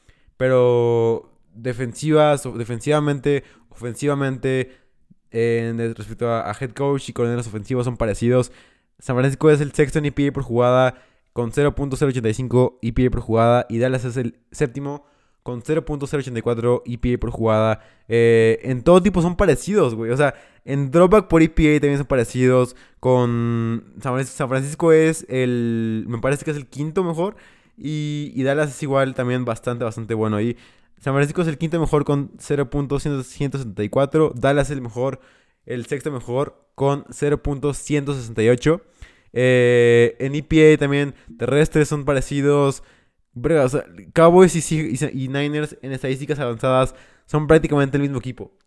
S1: Pero defensivamente, ofensivamente, respecto a head coach y coordinadores ofensivos son parecidos. San Francisco es el sexto en EPA por jugada con 0.085 EPA por jugada y Dallas es el séptimo con 0.084 EPA por jugada. En todo tipo son parecidos, güey. O sea, en dropback por EPA también son parecidos. Con San Francisco me parece que es el quinto mejor. Y Dallas es igual también bastante bueno. Y San Francisco es el quinto mejor con 0.174. Dallas es el sexto mejor con 0.168. En EPA también terrestres son parecidos. O sea, Cowboys y Niners en estadísticas avanzadas son prácticamente el mismo equipo.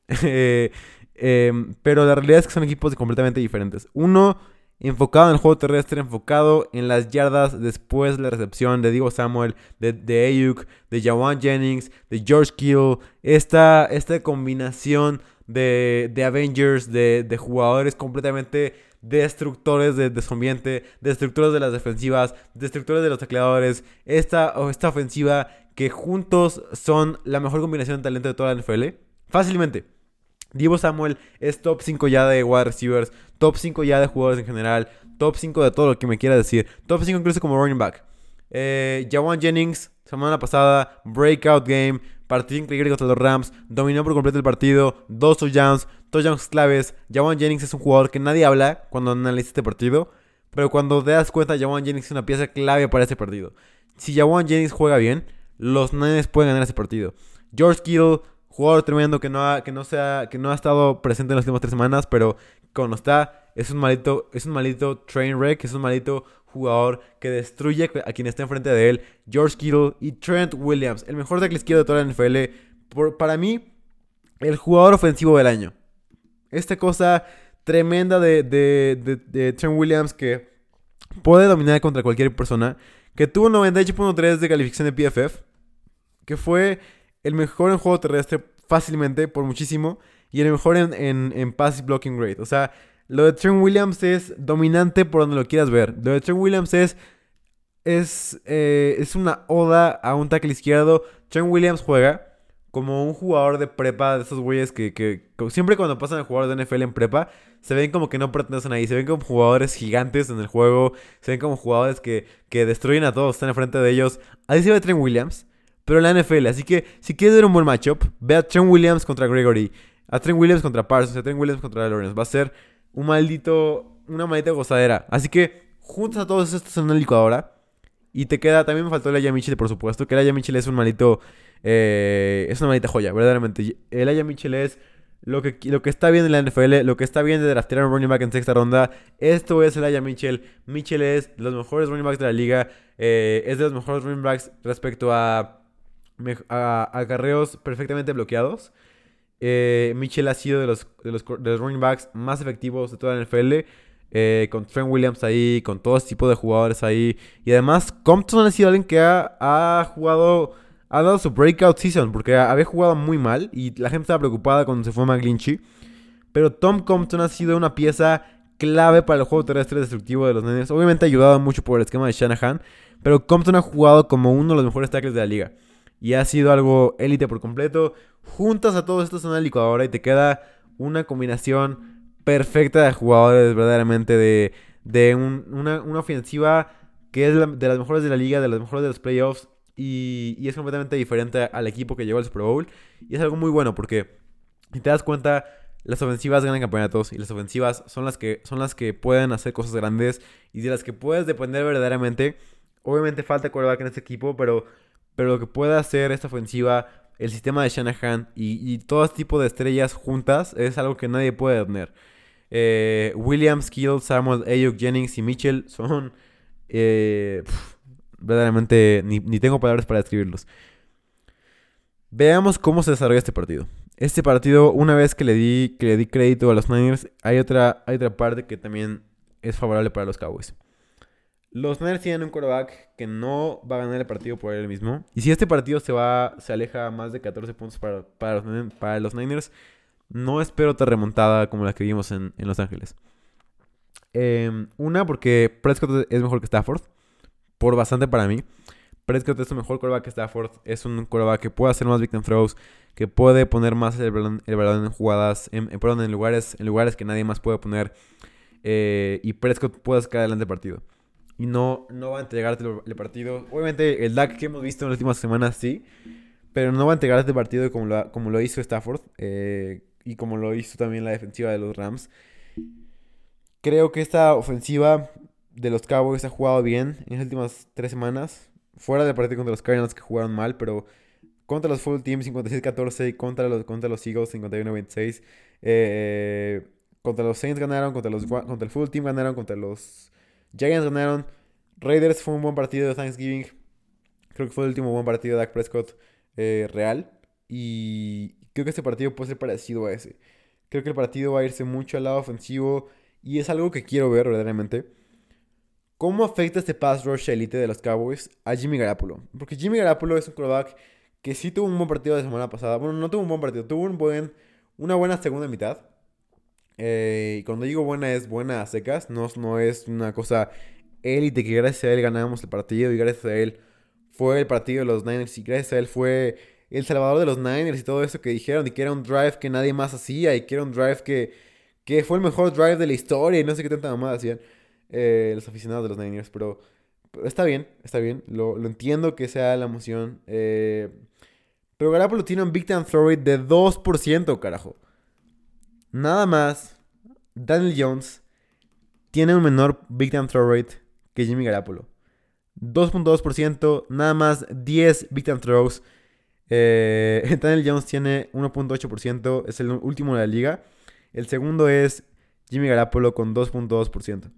S1: Pero la realidad es que son equipos completamente diferentes. Uno enfocado en el juego terrestre, enfocado en las yardas después de la recepción de Deebo Samuel, de Ayuk, de Jawan Jennings, de George Kittle. Esta combinación de Avengers, de jugadores completamente destructores de su ambiente, destructores de las defensivas, destructores de los tacleadores. Esta ofensiva que juntos son la mejor combinación de talento de toda la NFL. Fácilmente. Deebo Samuel es top 5 ya de wide receivers, top 5 ya de jugadores en general, top 5 de todo lo que me quiera decir, top 5 incluso como running back. Jawan Jennings, semana pasada, breakout game, partido increíble contra los Rams, dominó por completo el partido, 2 touchdowns claves. Jawan Jennings es un jugador que nadie habla cuando analiza este partido, pero cuando te das cuenta, Jawan Jennings es una pieza clave para este partido. Si Jawan Jennings juega bien, los Niners pueden ganar ese partido. George Kittle, jugador tremendo que no ha estado presente en las últimas 3 semanas, pero cuando está, es un maldito train wreck, es un maldito jugador que destruye a quien está enfrente de él. George Kittle y Trent Williams, el mejor tackle izquierdo de toda la NFL. Para mí, el jugador ofensivo del año. Esta cosa tremenda de Trent Williams que puede dominar contra cualquier persona, que tuvo 98.3 de calificación de PFF, que fue el mejor en juego terrestre fácilmente, por muchísimo, y el mejor en pass blocking rate. O sea, lo de Trent Williams es dominante por donde lo quieras ver. Lo de Trent Williams es una oda a un tackle izquierdo. Trent Williams juega como un jugador de prepa, de esos güeyes que siempre cuando pasan a jugadores de NFL en prepa, se ven como que no pertenecen ahí. Se ven como jugadores gigantes en el juego. Se ven como jugadores que destruyen a todos, están enfrente de ellos. Así se ve Trent Williams, pero en la NFL. Así que si quieres ver un buen matchup, ve a Trent Williams contra Gregory, a Trent Williams contra Parsons, a Trent Williams contra Lawrence. Va a ser una maldita gozadera. Así que juntas a todos estos en una licuadora y te queda. También me faltó Elijah Mitchell, por supuesto. Que Elijah Mitchell es un maldito. Es una maldita joya, verdaderamente. Elijah Mitchell es lo que está bien en la NFL, lo que está bien de draftear a un running back en sexta ronda. Esto es Elijah Mitchell. Mitchell es de los mejores running backs de la liga. Es de los mejores running backs respecto a acarreos perfectamente bloqueados. Mitchell ha sido de los running backs más efectivos de toda la NFL. Con Trent Williams ahí, con todo este tipo de jugadores ahí. Y además, Compton ha sido alguien que ha jugado, ha dado su breakout season, porque había jugado muy mal y la gente estaba preocupada cuando se fue McGlinchey. Pero Tom Compton ha sido una pieza clave para el juego terrestre destructivo de los Niners. Obviamente ha ayudado mucho por el esquema de Shanahan, pero Compton ha jugado como uno de los mejores tackles de la liga. Y ha sido algo élite por completo. Juntas a todos estos en una licuadora y te queda una combinación perfecta de jugadores, verdaderamente, una ofensiva que es de las mejores de la liga, de las mejores de los playoffs. Y es completamente diferente al equipo que llegó al Super Bowl. Y es algo muy bueno porque, si te das cuenta, las ofensivas ganan campeonatos y las ofensivas son las que pueden hacer cosas grandes y de las que puedes depender verdaderamente. Obviamente falta quarterback en este equipo, pero lo que puede hacer esta ofensiva, el sistema de Shanahan y todo este tipo de estrellas juntas es algo que nadie puede detener. Williams, Kittle, Samuel, Ayuk, Jennings y Mitchell son verdaderamente ni tengo palabras para describirlos. Veamos cómo se desarrolla este partido. Este partido, una vez que le di crédito a los Niners, hay otra parte que también es favorable para los Cowboys. Los Niners tienen un quarterback que no va a ganar el partido por él mismo. Y si este partido se aleja más de 14 puntos para los Niners, no espero otra remontada como la que vimos en Los Ángeles. Una, porque Prescott es mejor que Stafford. Por bastante para mí. Prescott es un mejor quarterback que Stafford. Es un quarterback que puede hacer más big time throws, que puede poner más el balón en jugadas, en lugares que nadie más puede poner. Y Prescott puede sacar adelante el partido. Y no va a entregarte el partido. Obviamente el Dak que hemos visto en las últimas semanas sí, pero no va a entregarte el partido como lo hizo Stafford. Y como lo hizo también la defensiva de los Rams. Creo que esta ofensiva de los Cowboys ha jugado bien en las últimas 3 semanas. Fuera del partido contra los Cardinals que jugaron mal, pero contra los Full Team 56-14 y contra los Eagles 51-26. Contra los Saints ganaron, contra el Full Team ganaron, contra los Giants ganaron. Raiders fue un buen partido de Thanksgiving. Creo que fue el último buen partido de Dak Prescott real. Y creo que este partido puede ser parecido a ese. Creo que el partido va a irse mucho al lado ofensivo. Y es algo que quiero ver verdaderamente. ¿Cómo afecta este pass rush elite de los Cowboys a Jimmy Garoppolo? Porque Jimmy Garoppolo es un quarterback que sí tuvo un buen partido la semana pasada. Bueno, no tuvo un buen partido, tuvo una buena segunda mitad. Y cuando digo buena es buena a secas. No es una cosa élite que gracias a él ganamos el partido y gracias a él fue el partido de los Niners y gracias a él fue el salvador de los Niners y todo eso que dijeron y que era un drive que nadie más hacía y que era un drive que fue el mejor drive de la historia y no sé qué tanta mamada hacían los aficionados de los Niners, pero está bien, lo entiendo que sea la emoción. Pero Garoppolo tiene un Big Time Throw Rate de 2%, carajo. Nada más, Daniel Jones tiene un menor Big Time Throw Rate que Jimmy Garoppolo. 2.2%, nada más 10 Big Time Throws. Daniel Jones tiene 1.8%, es el último de la liga. El segundo es Jimmy Garoppolo con 2.2%.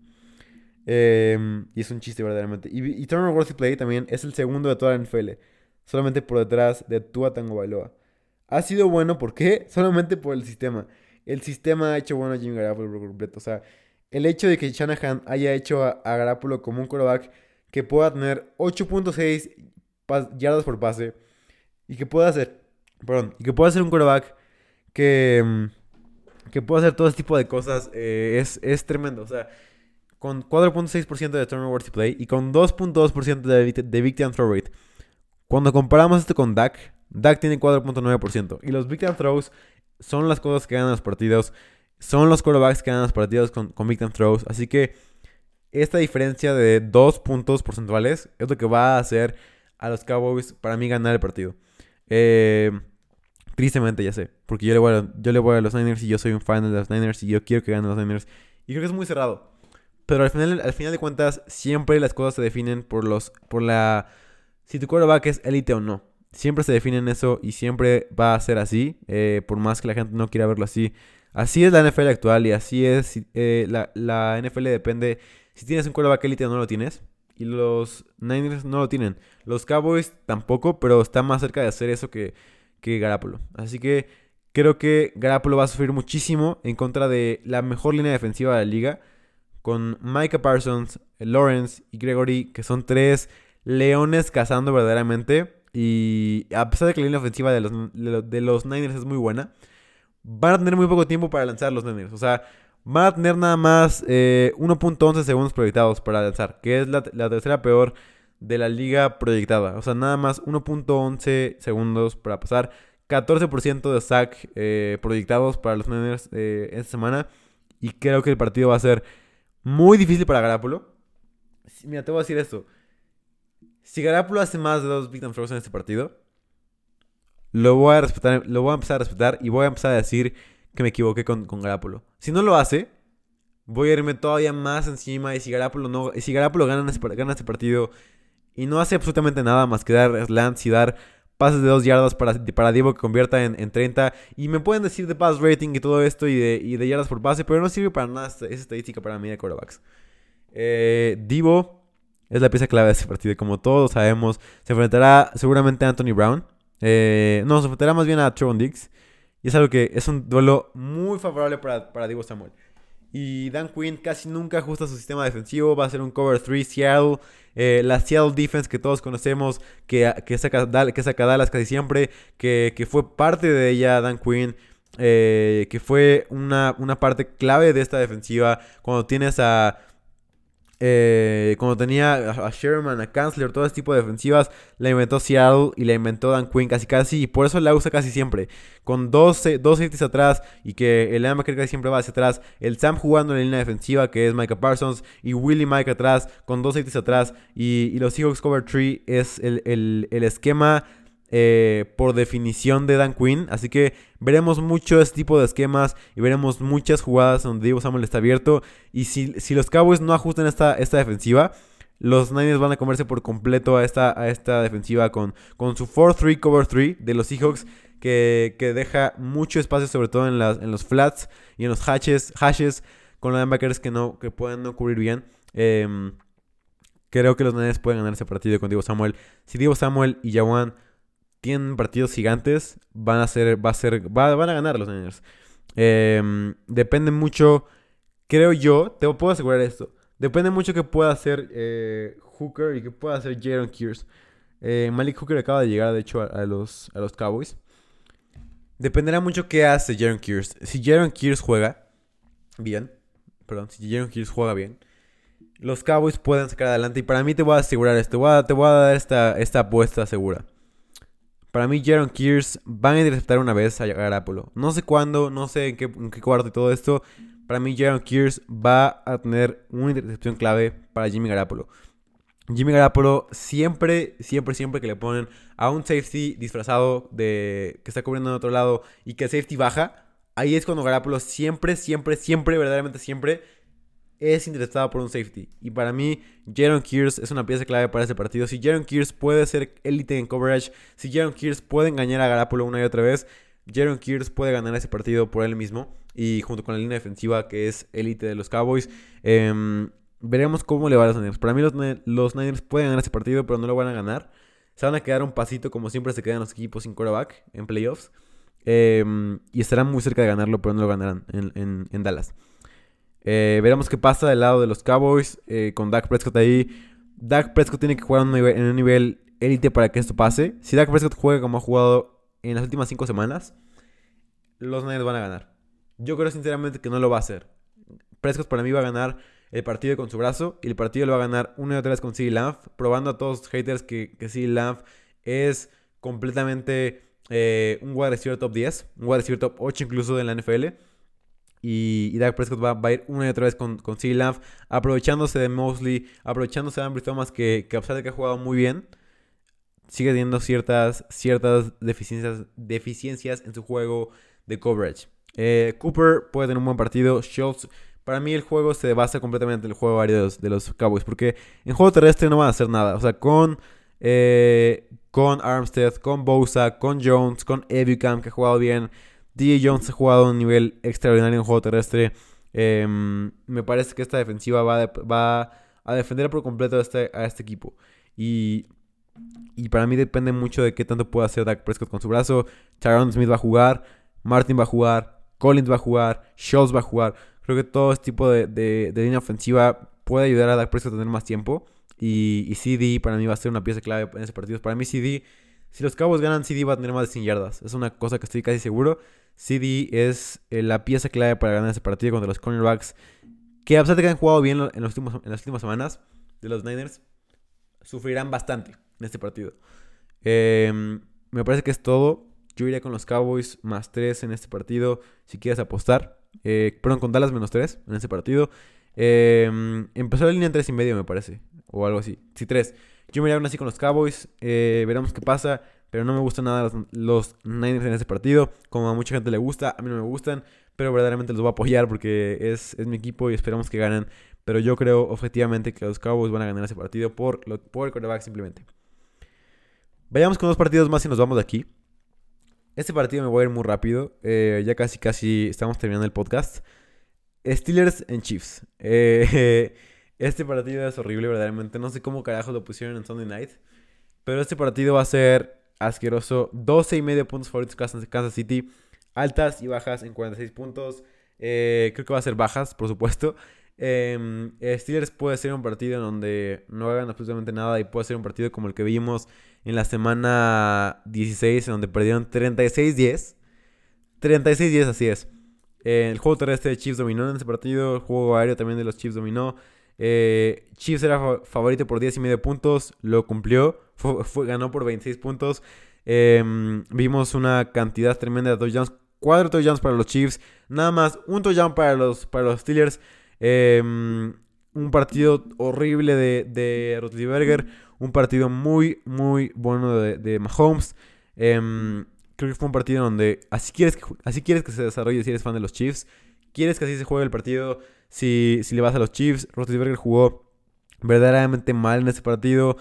S1: Y es un chiste verdaderamente. Y Turner Worthy Play también es el segundo de toda la NFL. Solamente por detrás de Tua Tagovailoa. Ha sido bueno, ¿por qué? Solamente por el sistema. El sistema ha hecho bueno a Jimmy Garoppolo por completo. O sea, el hecho de que Shanahan haya hecho a Garoppolo como un quarterback que pueda tener 8.6 yardas por pase. Y que pueda ser un quarterback que pueda hacer todo este tipo de cosas. Es tremendo. O sea, con 4.6% de turnover worthy play y con 2.2% de Big Time Throw Rate. Cuando comparamos esto con Dak tiene 4.9%. Y los Big Time Throws son las cosas que ganan los partidos. Son los quarterbacks que ganan los partidos con Big Time Throws. Así que esta diferencia de 2 puntos porcentuales es lo que va a hacer a los Cowboys para mí ganar el partido. Tristemente, ya sé. Porque yo le voy a los Niners y yo soy un fan de los Niners y yo quiero que ganen los Niners. Y creo que es muy cerrado. Pero al final de cuentas, siempre las cosas se definen si tu quarterback es élite o no. Siempre se define en eso y siempre va a ser así. Por más que la gente no quiera verlo así. Así es la NFL actual y así es. La NFL depende si tienes un quarterback élite o no lo tienes. y los Niners no lo tienen. Los Cowboys tampoco, pero está más cerca de hacer eso que Garoppolo. Así que creo que Garoppolo va a sufrir muchísimo en contra de la mejor línea defensiva de la liga, con Micah Parsons, Lawrence y Gregory, que son tres leones cazando verdaderamente. Y a pesar de que la línea ofensiva de los Niners es muy buena, van a tener muy poco tiempo para lanzar los Niners. O sea, van a tener nada más 1.11 segundos proyectados para lanzar, que es la tercera peor de la liga proyectada. O sea, nada más 1.11 segundos para pasar. 14% de sack proyectados para los Niners esta semana. Y creo que el partido va a ser muy difícil para Garoppolo. Mira, te voy a decir esto. Si Garoppolo hace más de 2 big time throws en este partido, lo voy a respetar, lo voy a empezar a respetar y voy a empezar a decir que me equivoqué con Garoppolo. Si no lo hace, voy a irme todavía más encima. Y si Garoppolo gana este partido y no hace absolutamente nada más que dar slants y dar pases de 2 yardas para Divo que convierta en 30. Y me pueden decir de pass rating y todo esto y de yardas por pase, pero no sirve para nada esa estadística para mí de quarterbacks. Divo es la pieza clave de este partido. Como todos sabemos, se enfrentará seguramente a Anthony Brown. Se enfrentará más bien a Trevon Diggs. Y es algo que es un duelo muy favorable para Divo Samuel. Y Dan Quinn casi nunca ajusta su sistema defensivo. Va a ser un cover 3 Seattle. La Seattle Defense que todos conocemos, que saca Dallas casi siempre, que fue parte de ella Dan Quinn, que fue una parte clave de esta defensiva. Cuando tenía a Sherman, a Kanzler, todo este tipo de defensivas, la inventó Seattle y la inventó Dan Quinn casi, y por eso la usa casi siempre. Con dos safeties atrás y que el linebacker casi siempre va hacia atrás. El Sam jugando en la línea defensiva, que es Micah Parsons, y Willie Mike atrás, con 2 safeties atrás. Y los Seahawks cover 3 es el esquema por definición de Dan Quinn. Así que veremos mucho este tipo de esquemas y veremos muchas jugadas donde Divo Samuel está abierto. Y si los Cowboys no ajustan esta defensiva, los Niners van a comerse por completo a esta defensiva con su 4-3 cover 3 de los Seahawks, que deja mucho espacio, sobre todo en los flats y en los hashes con los linebackers que pueden no cubrir bien. Creo que los Niners pueden ganar ese partido con Divo Samuel. Si Divo Samuel y Jawan tienen partidos gigantes, van a ganar los Niners. Depende mucho, creo yo, te puedo asegurar esto. Depende mucho que pueda hacer Hooker y que pueda hacer Jaron Kears. Malik Hooker acaba de llegar, de hecho, a los Cowboys. Dependerá mucho qué hace Jaron Kears. Si Jaron Kears juega bien, los Cowboys pueden sacar adelante. Y para mí te voy a asegurar esto. Te voy a dar esta apuesta segura. Para mí, Jaron Kears van a interceptar una vez a Garoppolo. No sé cuándo, no sé en qué cuarto y todo esto. Para mí, Jaron Kears va a tener una intercepción clave para Jimmy Garoppolo. Jimmy Garoppolo siempre que le ponen a un safety disfrazado que está cubriendo en otro lado y que el safety baja, ahí es cuando Garoppolo siempre, verdaderamente siempre es interceptado por un safety. Y para mí, Jaron Kears es una pieza clave para ese partido. Si Jaron Kears puede ser élite en coverage, si Jaron Kears puede engañar a Garoppolo una y otra vez, Jaron Kears puede ganar ese partido por él mismo. Y junto con la línea defensiva que es élite de los Cowboys, veremos cómo le va a los Niners. Para mí los Niners pueden ganar ese partido, pero no lo van a ganar. Se van a quedar un pasito, como siempre se quedan los equipos sin quarterback en playoffs. Y estarán muy cerca de ganarlo, pero no lo ganarán en Dallas. Veremos qué pasa del lado de los Cowboys con Dak Prescott ahí. Dak Prescott tiene que jugar en un nivel élite para que esto pase. Si Dak Prescott juega como ha jugado en las últimas 5 semanas, los Niners van a ganar. Yo creo sinceramente que no lo va a hacer. Prescott para mí va a ganar el partido con su brazo, y el partido lo va a ganar una y otra vez con CeeDee Lamb, probando a todos los haters que CeeDee Lamb es completamente un wide receiver top 10, un wide receiver top 8 incluso en la NFL. Y Dak Prescott va a ir una y otra vez con CeeDee Lamb, aprovechándose de Mosley, aprovechándose de Ambry Thomas, que a pesar de que ha jugado muy bien, sigue teniendo ciertas deficiencias en su juego de coverage. Cooper puede tener un buen partido. Schultz, para mí el juego se basa completamente en el juego aéreo de los Cowboys, porque en juego terrestre no van a hacer nada. O sea, con Armstead, con Bosa, con Jones, con Ebukam, que ha jugado bien. DJ Jones ha jugado a un nivel extraordinario en juego terrestre. Me parece que esta defensiva va a defender por completo a este equipo. Y para mí depende mucho de qué tanto pueda hacer Dak Prescott con su brazo. Tyron Smith va a jugar, Martin va a jugar, Collins va a jugar, Schultz va a jugar. Creo que todo este tipo de línea ofensiva puede ayudar a Dak Prescott a tener más tiempo. Y CD para mí va a ser una pieza clave en ese partido. Para mí CD, si los Cowboys ganan, CD va a tener más de 100 yardas. Es una cosa que estoy casi seguro. CD es la pieza clave para ganar ese partido contra los cornerbacks, que a pesar de que han jugado bien en las últimas semanas de los Niners, sufrirán bastante en este partido. Me parece que es todo. Yo iría con los Cowboys +3 en este partido. Si quieres apostar. Perdón, con Dallas -3 en este partido. Empezó la línea en 3.5, me parece. O algo así. Sí, 3. Yo me iría aún así con los Cowboys. Veremos qué pasa. Pero no me gustan nada los Niners en este partido. Como a mucha gente le gusta, a mí no me gustan. Pero verdaderamente los voy a apoyar porque es mi equipo y esperamos que ganen. Pero yo creo objetivamente que los Cowboys van a ganar ese partido por el quarterback simplemente. Vayamos con 2 partidos más y nos vamos de aquí. Este partido me voy a ir muy rápido. Ya casi estamos terminando el podcast. Steelers en Chiefs. Este partido es horrible, verdaderamente. No sé cómo carajo lo pusieron en Sunday Night. Pero este partido va a ser asqueroso. 12.5 puntos favoritos Kansas City. Altas y bajas en 46 puntos. Creo que va a ser bajas, por supuesto. Steelers puede ser un partido en donde no hagan absolutamente nada y puede ser un partido como el que vimos en la semana 16, en donde perdieron 36-10. 36-10, así es. El juego terrestre de Chiefs dominó en ese partido. El juego aéreo también de los Chiefs dominó. Chiefs era favorito por 10.5 puntos. Lo cumplió. Ganó por 26 puntos. Vimos una cantidad tremenda de touchdowns. 4 touchdowns para los Chiefs. Nada más un touchdown para los Steelers. Un partido horrible de Roethlisberger. Un partido muy, muy bueno de Mahomes. Creo que fue un partido donde así quieres que se desarrolle si eres fan de los Chiefs. Quieres que así se juegue el partido si le vas a los Chiefs. Roethlisberger jugó verdaderamente mal en ese partido.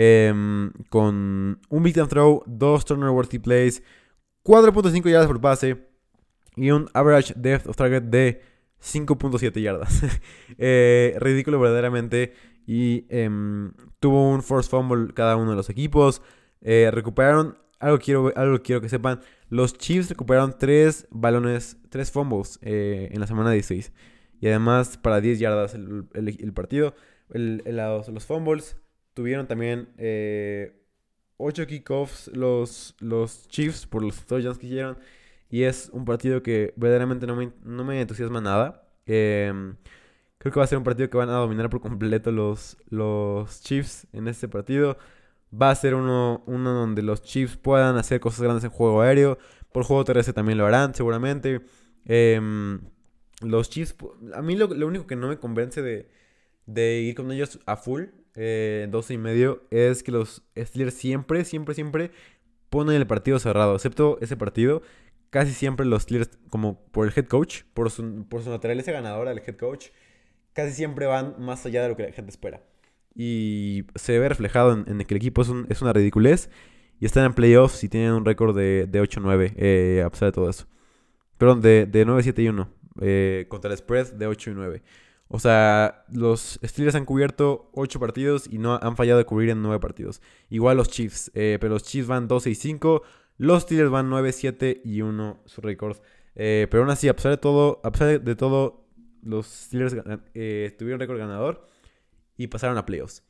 S1: Con un beat and throw, 2 turnover-worthy plays, 4.5 yardas por pase y un average depth of target de 5.7 yardas. Ridículo verdaderamente. Y tuvo un forced fumble cada uno de los equipos. Recuperaron, algo quiero que sepan, los Chiefs recuperaron 3 fumbles en la semana 16. Y además para 10 yardas el partido. Los fumbles tuvieron también 8 kickoffs los Chiefs por los touchdowns que hicieron. Y es un partido que verdaderamente no me entusiasma nada. Creo que va a ser un partido que van a dominar por completo los Chiefs en este partido. Va a ser uno donde los Chiefs puedan hacer cosas grandes en juego aéreo. Por juego terrestre también lo harán seguramente. Los Chiefs, a mí lo único que no me convence de ir con ellos a full, 12.5, es que los Steelers siempre ponen el partido cerrado. Excepto ese partido, casi siempre los Steelers, como por el head coach, por su naturaleza ganadora del head coach, casi siempre van más allá de lo que la gente espera. Y se ve reflejado en que el equipo es una ridiculez. Y están en playoffs y tienen un récord de 8-9, a pesar de todo eso. Perdón, de 9-7-1. Contra el spread de 8-9. O sea, los Steelers han cubierto 8 partidos y no han fallado de cubrir en 9 partidos. Igual los Chiefs. Pero los Chiefs van 12-5. Los Steelers van 9-7-1 su récord. Pero aún así, a pesar de todo, los Steelers tuvieron récord ganador y pasaron a playoffs.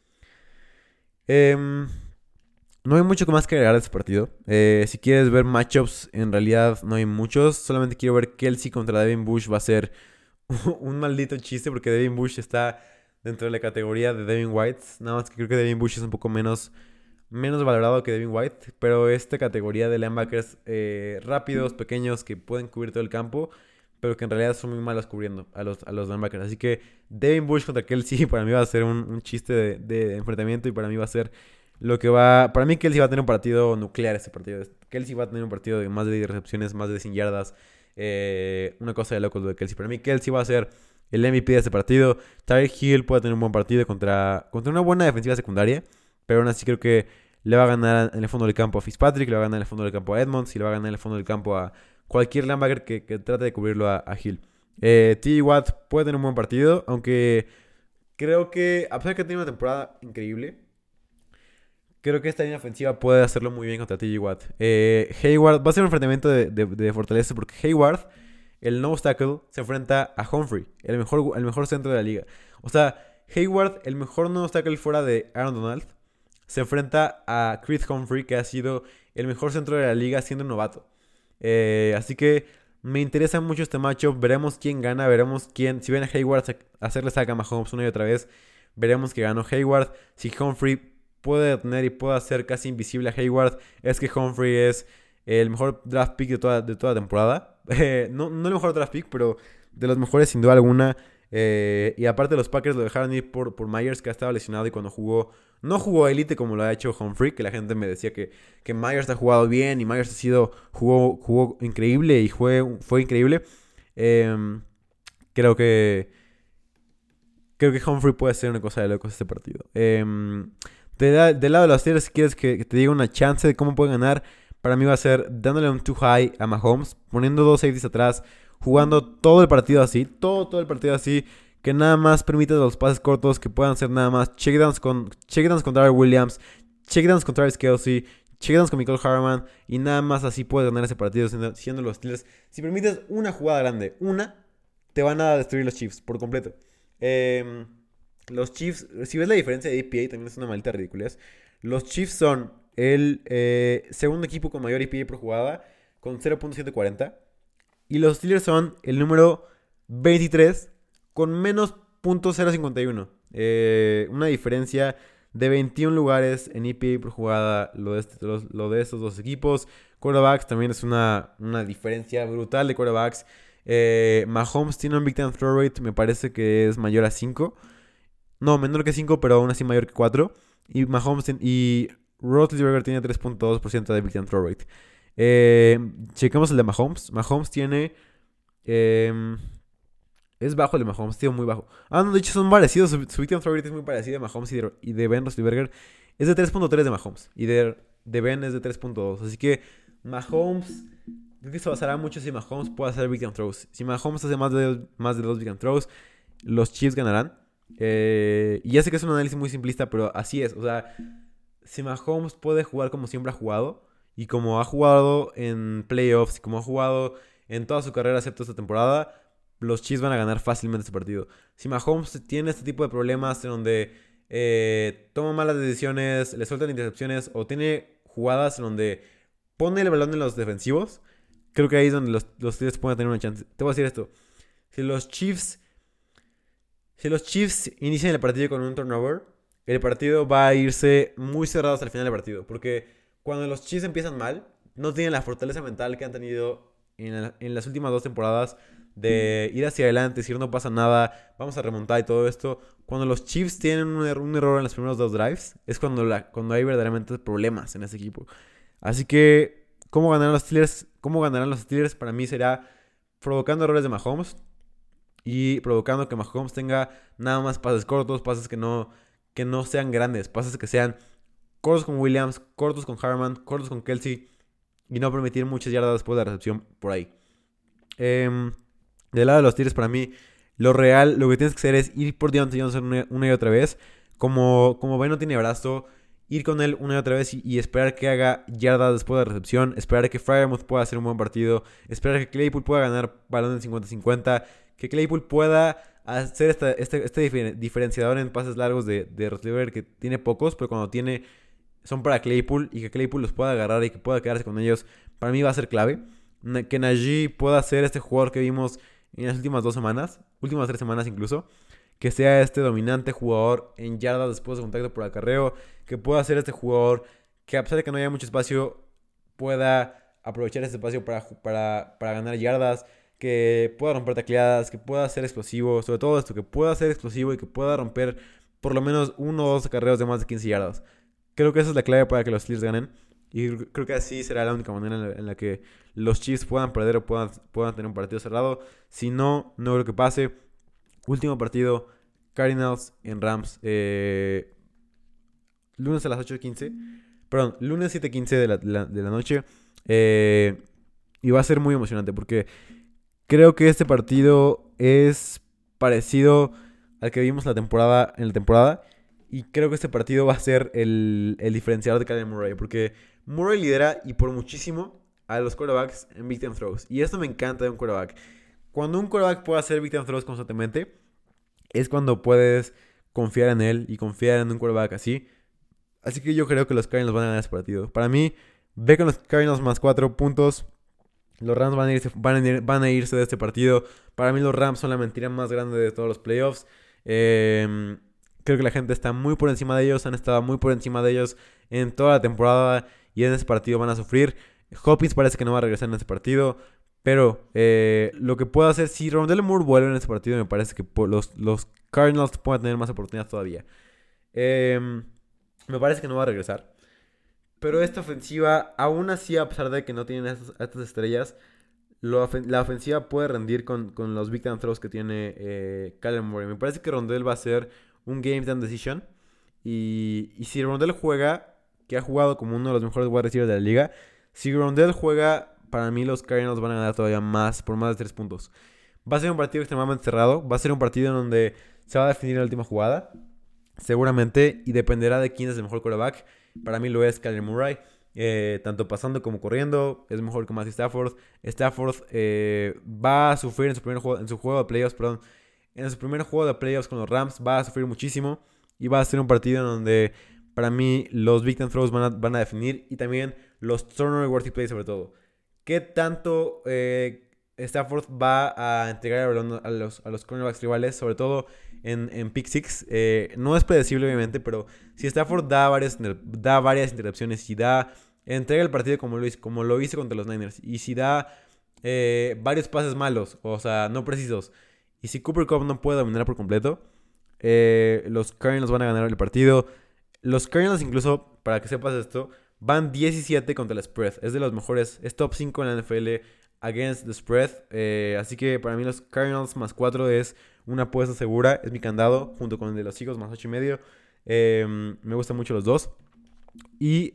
S1: No hay mucho más que agregar de este partido. Si quieres ver matchups, en realidad no hay muchos. Solamente quiero ver Kelce contra Devin Bush. Va a ser un maldito chiste porque Devin Bush está dentro de la categoría de Devin White. Nada más que creo que Devin Bush es un poco menos valorado que Devin White. Pero esta categoría de linebackers rápidos, pequeños, que pueden cubrir todo el campo, pero que en realidad son muy malos cubriendo a los linebackers. Así que Devin Bush contra Kelce para mí va a ser un chiste de enfrentamiento. Y para mí va a ser lo que va... Para mí Kelce va a tener un partido nuclear este partido. Kelce va a tener un partido de más de 10 recepciones, más de 100 yardas. Una cosa de locos lo de Kelce. Para mí Kelce va a ser el MVP de este partido. Tyreek Hill puede tener un buen partido contra una buena defensiva secundaria. Pero aún así creo que le va a ganar en el fondo del campo a Fitzpatrick, le va a ganar en el fondo del campo a Edmonds y le va a ganar en el fondo del campo a cualquier linebacker que trate de cubrirlo a Hill. T. Watt puede tener un buen partido, aunque Creo que, a pesar de que tiene una temporada increíble, creo que esta línea ofensiva puede hacerlo muy bien contra TJ Watt. Hayward va a ser un enfrentamiento de fortaleza porque Hayward, el nose tackle, se enfrenta a Humphrey, el mejor centro de la liga. O sea, Hayward, el mejor nose tackle fuera de Aaron Donald, se enfrenta a Creed Humphrey, que ha sido el mejor centro de la liga siendo un novato. Así que me interesa mucho este matchup. Veremos quién gana, veremos quién. Si ven a Hayward hacerle saca a Mahomes una y otra vez, veremos que ganó Hayward. Si Humphrey puede detener y puede hacer casi invisible a Hayward, es que Humphrey es el mejor draft pick de toda la temporada. No el mejor draft pick, pero de los mejores sin duda alguna. Y aparte los Packers lo dejaron ir por Myers, que ha estado lesionado y cuando jugó, no jugó élite como lo ha hecho Humphrey, que la gente me decía que Myers ha jugado bien y Myers jugó increíble y fue increíble. Em, creo que creo que Humphrey puede ser una cosa de locos este partido. Del lado de los Steelers, si quieres que te diga una chance de cómo pueden ganar, para mí va a ser dándole un too high a Mahomes, poniendo dos safeties atrás, jugando todo el partido así, todo el partido así, que nada más permite los pases cortos, que puedan ser nada más checkdowns con Darrell Williams, checkdowns con Travis Kelce, checkdowns con Michael Harman, y nada más así puedes ganar ese partido siendo los Steelers. Si permites una jugada grande, te van a destruir los Chiefs por completo. Eh, los Chiefs, si ves la diferencia de EPA, también es una maldita ridiculez. Los Chiefs son el segundo equipo con mayor EPA por jugada, con 0.740. Y los Steelers son el número 23 con menos .051. Una diferencia de 21 lugares en EPA por jugada, lo de estos dos equipos. Quarterbacks también es una diferencia brutal de quarterbacks. Mahomes tiene un big time throw rate, me parece que es mayor a 5. No, menor que 5, pero aún así mayor que 4. Y Roethlisberger tiene 3.2% de big time throw rate. Checamos el de Mahomes. Mahomes tiene... es bajo el de Mahomes, tío, muy bajo. No, de hecho son parecidos. Su big time throw rate es muy parecido de Mahomes y de Ben Roethlisberger. Es de 3.3 de Mahomes. Y de Ben es de 3.2. Así que Mahomes... Creo que se basará mucho si Mahomes puede hacer big time throws. Si Mahomes hace más de dos big time throws, los Chiefs ganarán. Y ya sé que es un análisis muy simplista, pero así es. O sea, si Mahomes puede jugar como siempre ha jugado, y como ha jugado en playoffs, y como ha jugado en toda su carrera excepto esta temporada, los Chiefs van a ganar fácilmente este partido. Si Mahomes tiene este tipo de problemas en donde toma malas decisiones, le sueltan intercepciones, o tiene jugadas en donde pone el balón en los defensivos, creo que ahí es donde los Steelers pueden tener una chance. Te voy a decir esto. Si los Chiefs inician el partido con un turnover, el partido va a irse muy cerrado hasta el final del partido. Porque cuando los Chiefs empiezan mal, no tienen la fortaleza mental que han tenido en las últimas dos temporadas de ir hacia adelante, decir no pasa nada, vamos a remontar y todo esto. Cuando los Chiefs tienen un error en los primeros dos drives, es cuando hay verdaderamente problemas en ese equipo. Así que ¿cómo ganarán los Steelers? Para mí será provocando errores de Mahomes y provocando que Mahomes tenga nada más pases cortos, pases que no sean grandes, pases que sean cortos con Williams, cortos con Harman, cortos con Kelce y no permitir muchas yardas después de la recepción por ahí. Del lado de los Steelers, para mí, lo que tienes que hacer es ir por Deontay Johnson una y otra vez. Como Ben no tiene brazo, ir con él una y otra vez y esperar que haga yardas después de la recepción, esperar que Freiermuth pueda hacer un buen partido, esperar que Claypool pueda ganar balones 50-50, que Claypool pueda hacer este diferenciador en pases largos de receiver que tiene pocos, pero cuando tiene son para Claypool y que Claypool los pueda agarrar y que pueda quedarse con ellos, para mí va a ser clave. Que Najee pueda ser este jugador que vimos en las últimas 3 semanas incluso, que sea este dominante jugador en yardas después de contacto por acarreo, que pueda ser este jugador que a pesar de que no haya mucho espacio, pueda aprovechar ese espacio para ganar yardas, que pueda romper tacleadas, que pueda ser explosivo, sobre todo esto, que pueda ser explosivo y que pueda romper por lo menos 1 o 2 acarreos de más de 15 yardas. Creo que esa es la clave para que los Steelers ganen. Y creo que así será la única manera en la que los Chiefs puedan perder o puedan tener un partido cerrado. Si no, no creo que pase. Último partido, Cardinals en Rams. Lunes a las 8:15. Perdón, lunes 7:15 de la noche. Y va a ser muy emocionante porque creo que este partido es parecido al que vimos en la temporada. Y creo que este partido va a ser el diferenciador de Kyler Murray. Porque Murray lidera y por muchísimo a los quarterbacks en big time throws. Y esto me encanta de un quarterback. Cuando un quarterback puede hacer big time throws constantemente, es cuando puedes confiar en él y confiar en un quarterback así. Así que yo creo que los Cardinals van a ganar este partido. Para mí, ve con los Cardinals más 4 puntos. Los Rams van a irse de este partido. Para mí los Rams son la mentira más grande de todos los playoffs. Creo que la gente está muy por encima de ellos. Han estado muy por encima de ellos en toda la temporada. Y en este partido van a sufrir. Hopkins parece que no va a regresar en este partido. Pero lo que puedo hacer, si Rondale Moore vuelve en este partido, me parece que los Cardinals pueden tener más oportunidades todavía. Me parece que no va a regresar. Pero esta ofensiva, aún así, a pesar de que no tienen estas estrellas, la ofensiva puede rendir con los big time throws que tiene Kyler Murray. Me parece que Rondale va a ser un game time decision. Y si Rondale juega, que ha jugado como uno de los mejores wide receivers de la liga, si Rondale juega, para mí los Cardinals van a ganar todavía más, por más de 3 puntos. Va a ser un partido extremadamente cerrado. Va a ser un partido en donde se va a definir la última jugada, seguramente, y dependerá de quién es el mejor quarterback. Para mí lo es Kyler Murray. Tanto pasando como corriendo, es mejor que Matthew Stafford. Stafford va a sufrir en su primer juego, en su juego de playoffs, perdón. En su primer juego de playoffs con los Rams va a sufrir muchísimo. Y va a ser un partido en donde, para mí, los big time throws van a definir. Y también los turnover worthy plays, sobre todo. ¿Qué tanto Stafford va a entregar el balón a los cornerbacks rivales? Sobre todo en pick six. No es predecible, obviamente, pero si Stafford da varias intercepciones y entrega el partido como lo hizo contra los Niners, y si da varios pases malos, o sea, no precisos, y si Cooper Kupp no puede dominar por completo, los Cardinals van a ganar el partido. Los Cardinals, incluso, para que sepas esto, van 17 contra el spread. Es de los mejores, es top 5 en la NFL against the spread. Así que para mí los Cardinals más 4 es una apuesta segura. Es mi candado, junto con el de los Eagles más 8.5. Me gustan mucho los dos. Y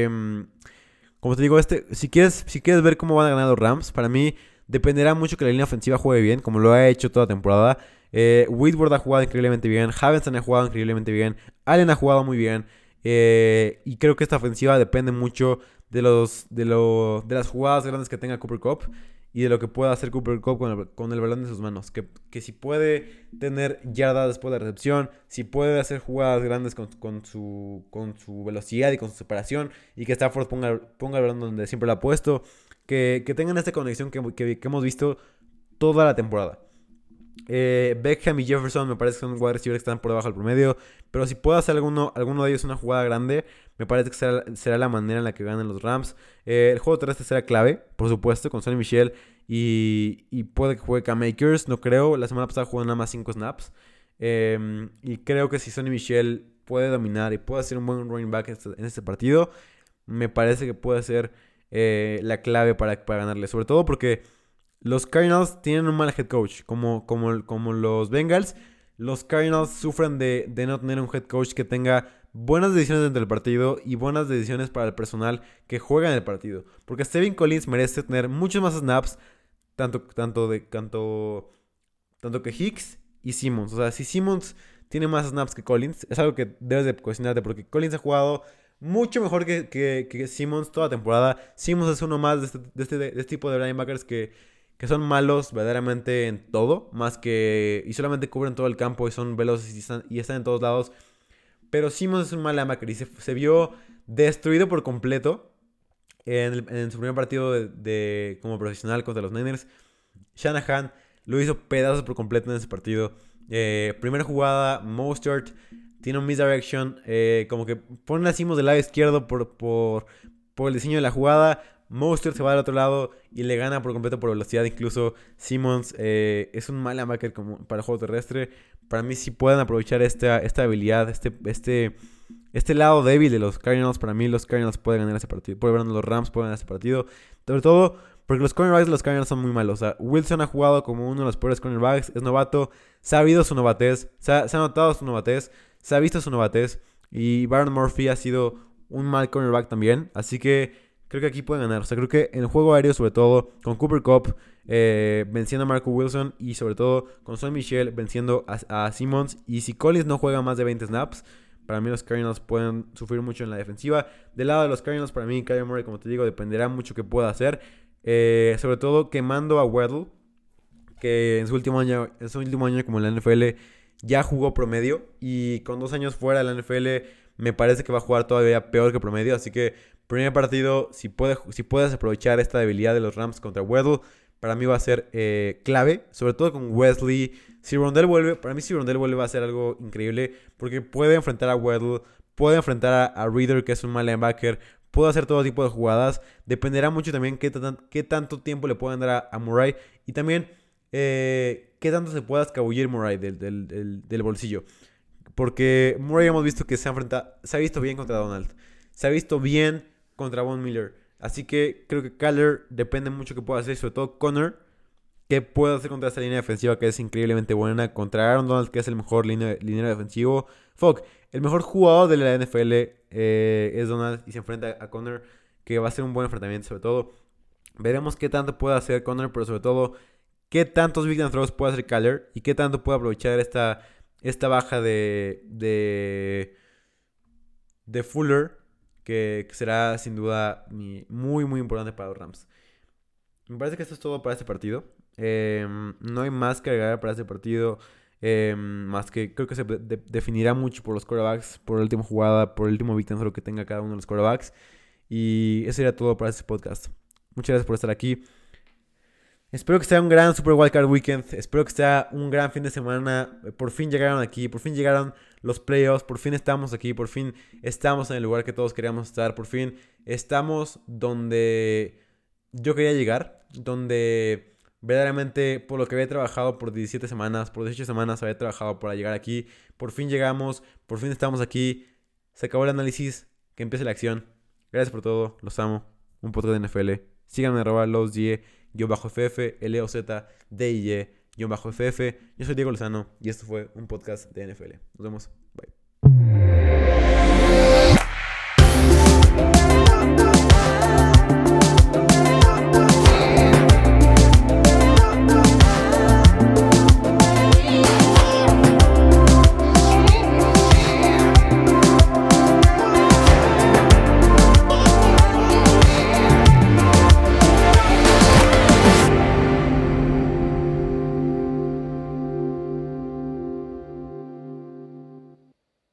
S1: como te digo, si quieres ver cómo van a ganar los Rams, para mí dependerá mucho que la línea ofensiva juegue bien, como lo ha hecho toda temporada. Whitworth ha jugado increíblemente bien. Havenstein ha jugado increíblemente bien. Allen ha jugado muy bien. Y creo que esta ofensiva depende mucho de las jugadas grandes que tenga Cooper Kupp y de lo que pueda hacer Cooper Kupp con el balón en sus manos. Que si puede tener yardas después de la recepción, si puede hacer jugadas grandes con su velocidad y con su separación, y que Stafford ponga el balón donde siempre lo ha puesto. Que tengan esta conexión que hemos visto toda la temporada. Beckham y Jefferson me parece que son wide receivers que están por debajo del promedio, pero si puede hacer alguno de ellos una jugada grande, me parece que será la manera en la que ganen los Rams. El juego terrestre será clave, por supuesto, con Sonny Michel, y puede que juegue Cam Akers, no creo. La semana pasada jugó nada más 5 snaps, y creo que si Sonny Michel puede dominar y puede ser un buen running back en este partido, me parece que puede ser la clave para ganarle, sobre todo porque los Cardinals tienen un mal head coach, como los Bengals. Los Cardinals sufren de no tener un head coach que tenga buenas decisiones dentro del partido y buenas decisiones para el personal que juega en el partido. Porque Steven Collins merece tener muchos más snaps, tanto que Hicks y Simmons. O sea, si Simmons tiene más snaps que Collins, es algo que debes de cuestionarte, porque Collins ha jugado mucho mejor que Simmons toda la temporada. Simmons es uno más de este tipo de linebackers que son verdaderamente en todo, y solamente cubren todo el campo y son veloces y están en todos lados. Pero Simmons es un mal linebacker y se vio destruido por completo en su primer partido como profesional contra los Niners. Shanahan lo hizo pedazos por completo en ese partido. Primera jugada, Mostert tiene un misdirection, como que pone a Simmons del lado izquierdo por el diseño de la jugada. Mostert se va del otro lado y le gana por completo por velocidad. Incluso Simmons es un mal linebacker para el juego terrestre. Para mí, si pueden aprovechar esta habilidad, este lado débil de los Cardinals, para mí los Cardinals pueden ganar ese partido. Los Rams pueden ganar ese partido. Sobre todo porque los cornerbacks de los Cardinals son muy malos. O sea, Wilson ha jugado como uno de los peores cornerbacks. Es novato. Se ha habido su novatez. Se ha notado su novatez. Se ha visto su novatez. Y Byron Murphy ha sido un mal cornerback también. Así que creo que aquí pueden ganar. O sea, creo que en el juego aéreo, sobre todo, con Cooper Kupp venciendo a Marco Wilson y sobre todo con Son Michel venciendo a Simmons. Y si Collins no juega más de 20 snaps, para mí los Cardinals pueden sufrir mucho en la defensiva. Del lado de los Cardinals, para mí, Kyler Murray, como te digo, dependerá mucho que pueda hacer. Sobre todo quemando a Weddle, que en su último año como en la NFL ya jugó promedio. Y con 2 años fuera de la NFL, me parece que va a jugar todavía peor que promedio. Así que, primer partido, si puedes aprovechar esta debilidad de los Rams contra Weddle, para mí va a ser clave, sobre todo con Wesley. Si Rondell vuelve, para mí si Rondell vuelve va a ser algo increíble, porque puede enfrentar a Weddle, puede enfrentar a Reader, que es un mal linebacker, puede hacer todo tipo de jugadas. Dependerá mucho también qué tanto tiempo le puedan dar a Murray, y también qué tanto se pueda escabullir Murray del bolsillo. Porque Murray hemos visto que se ha visto bien contra Donald, se ha visto bien contra Von Miller. Así que creo que Kyler depende mucho que pueda hacer, sobre todo Connor, que puede hacer contra esta línea defensiva que es increíblemente buena, contra Aaron Donald, que es el mejor liniero defensivo. Fuck, el mejor jugador de la NFL es Donald y se enfrenta a Connor, que va a ser un buen enfrentamiento. Sobre todo, veremos qué tanto puede hacer Connor, pero sobre todo, qué tantos big and throws puede hacer Kyler y qué tanto puede aprovechar esta baja de Fuller, que será sin duda muy, muy importante para los Rams. Me parece que esto es todo para este partido. No hay más que agregar para este partido. Más que creo que se definirá mucho por los quarterbacks, por la última jugada, por el último big throw que tenga cada uno de los quarterbacks. Y eso sería todo para este podcast. Muchas gracias por estar aquí. Espero que sea un gran Super Wildcard Weekend. Espero que sea un gran fin de semana. Por fin llegaron aquí. Por fin llegaron los playoffs. Por fin estamos aquí. Por fin estamos en el lugar que todos queríamos estar. Por fin estamos donde yo quería llegar. Donde verdaderamente por lo que había trabajado por 17 semanas, por 18 semanas había trabajado para llegar aquí. Por fin llegamos. Por fin estamos aquí. Se acabó el análisis. Que empiece la acción. Gracias por todo. Los amo. Un podcast de NFL. Síganme @LosDie_FF, LOZDIE_FF. Yo soy Diego Lozano y esto fue un podcast de NFL. Nos vemos. Bye.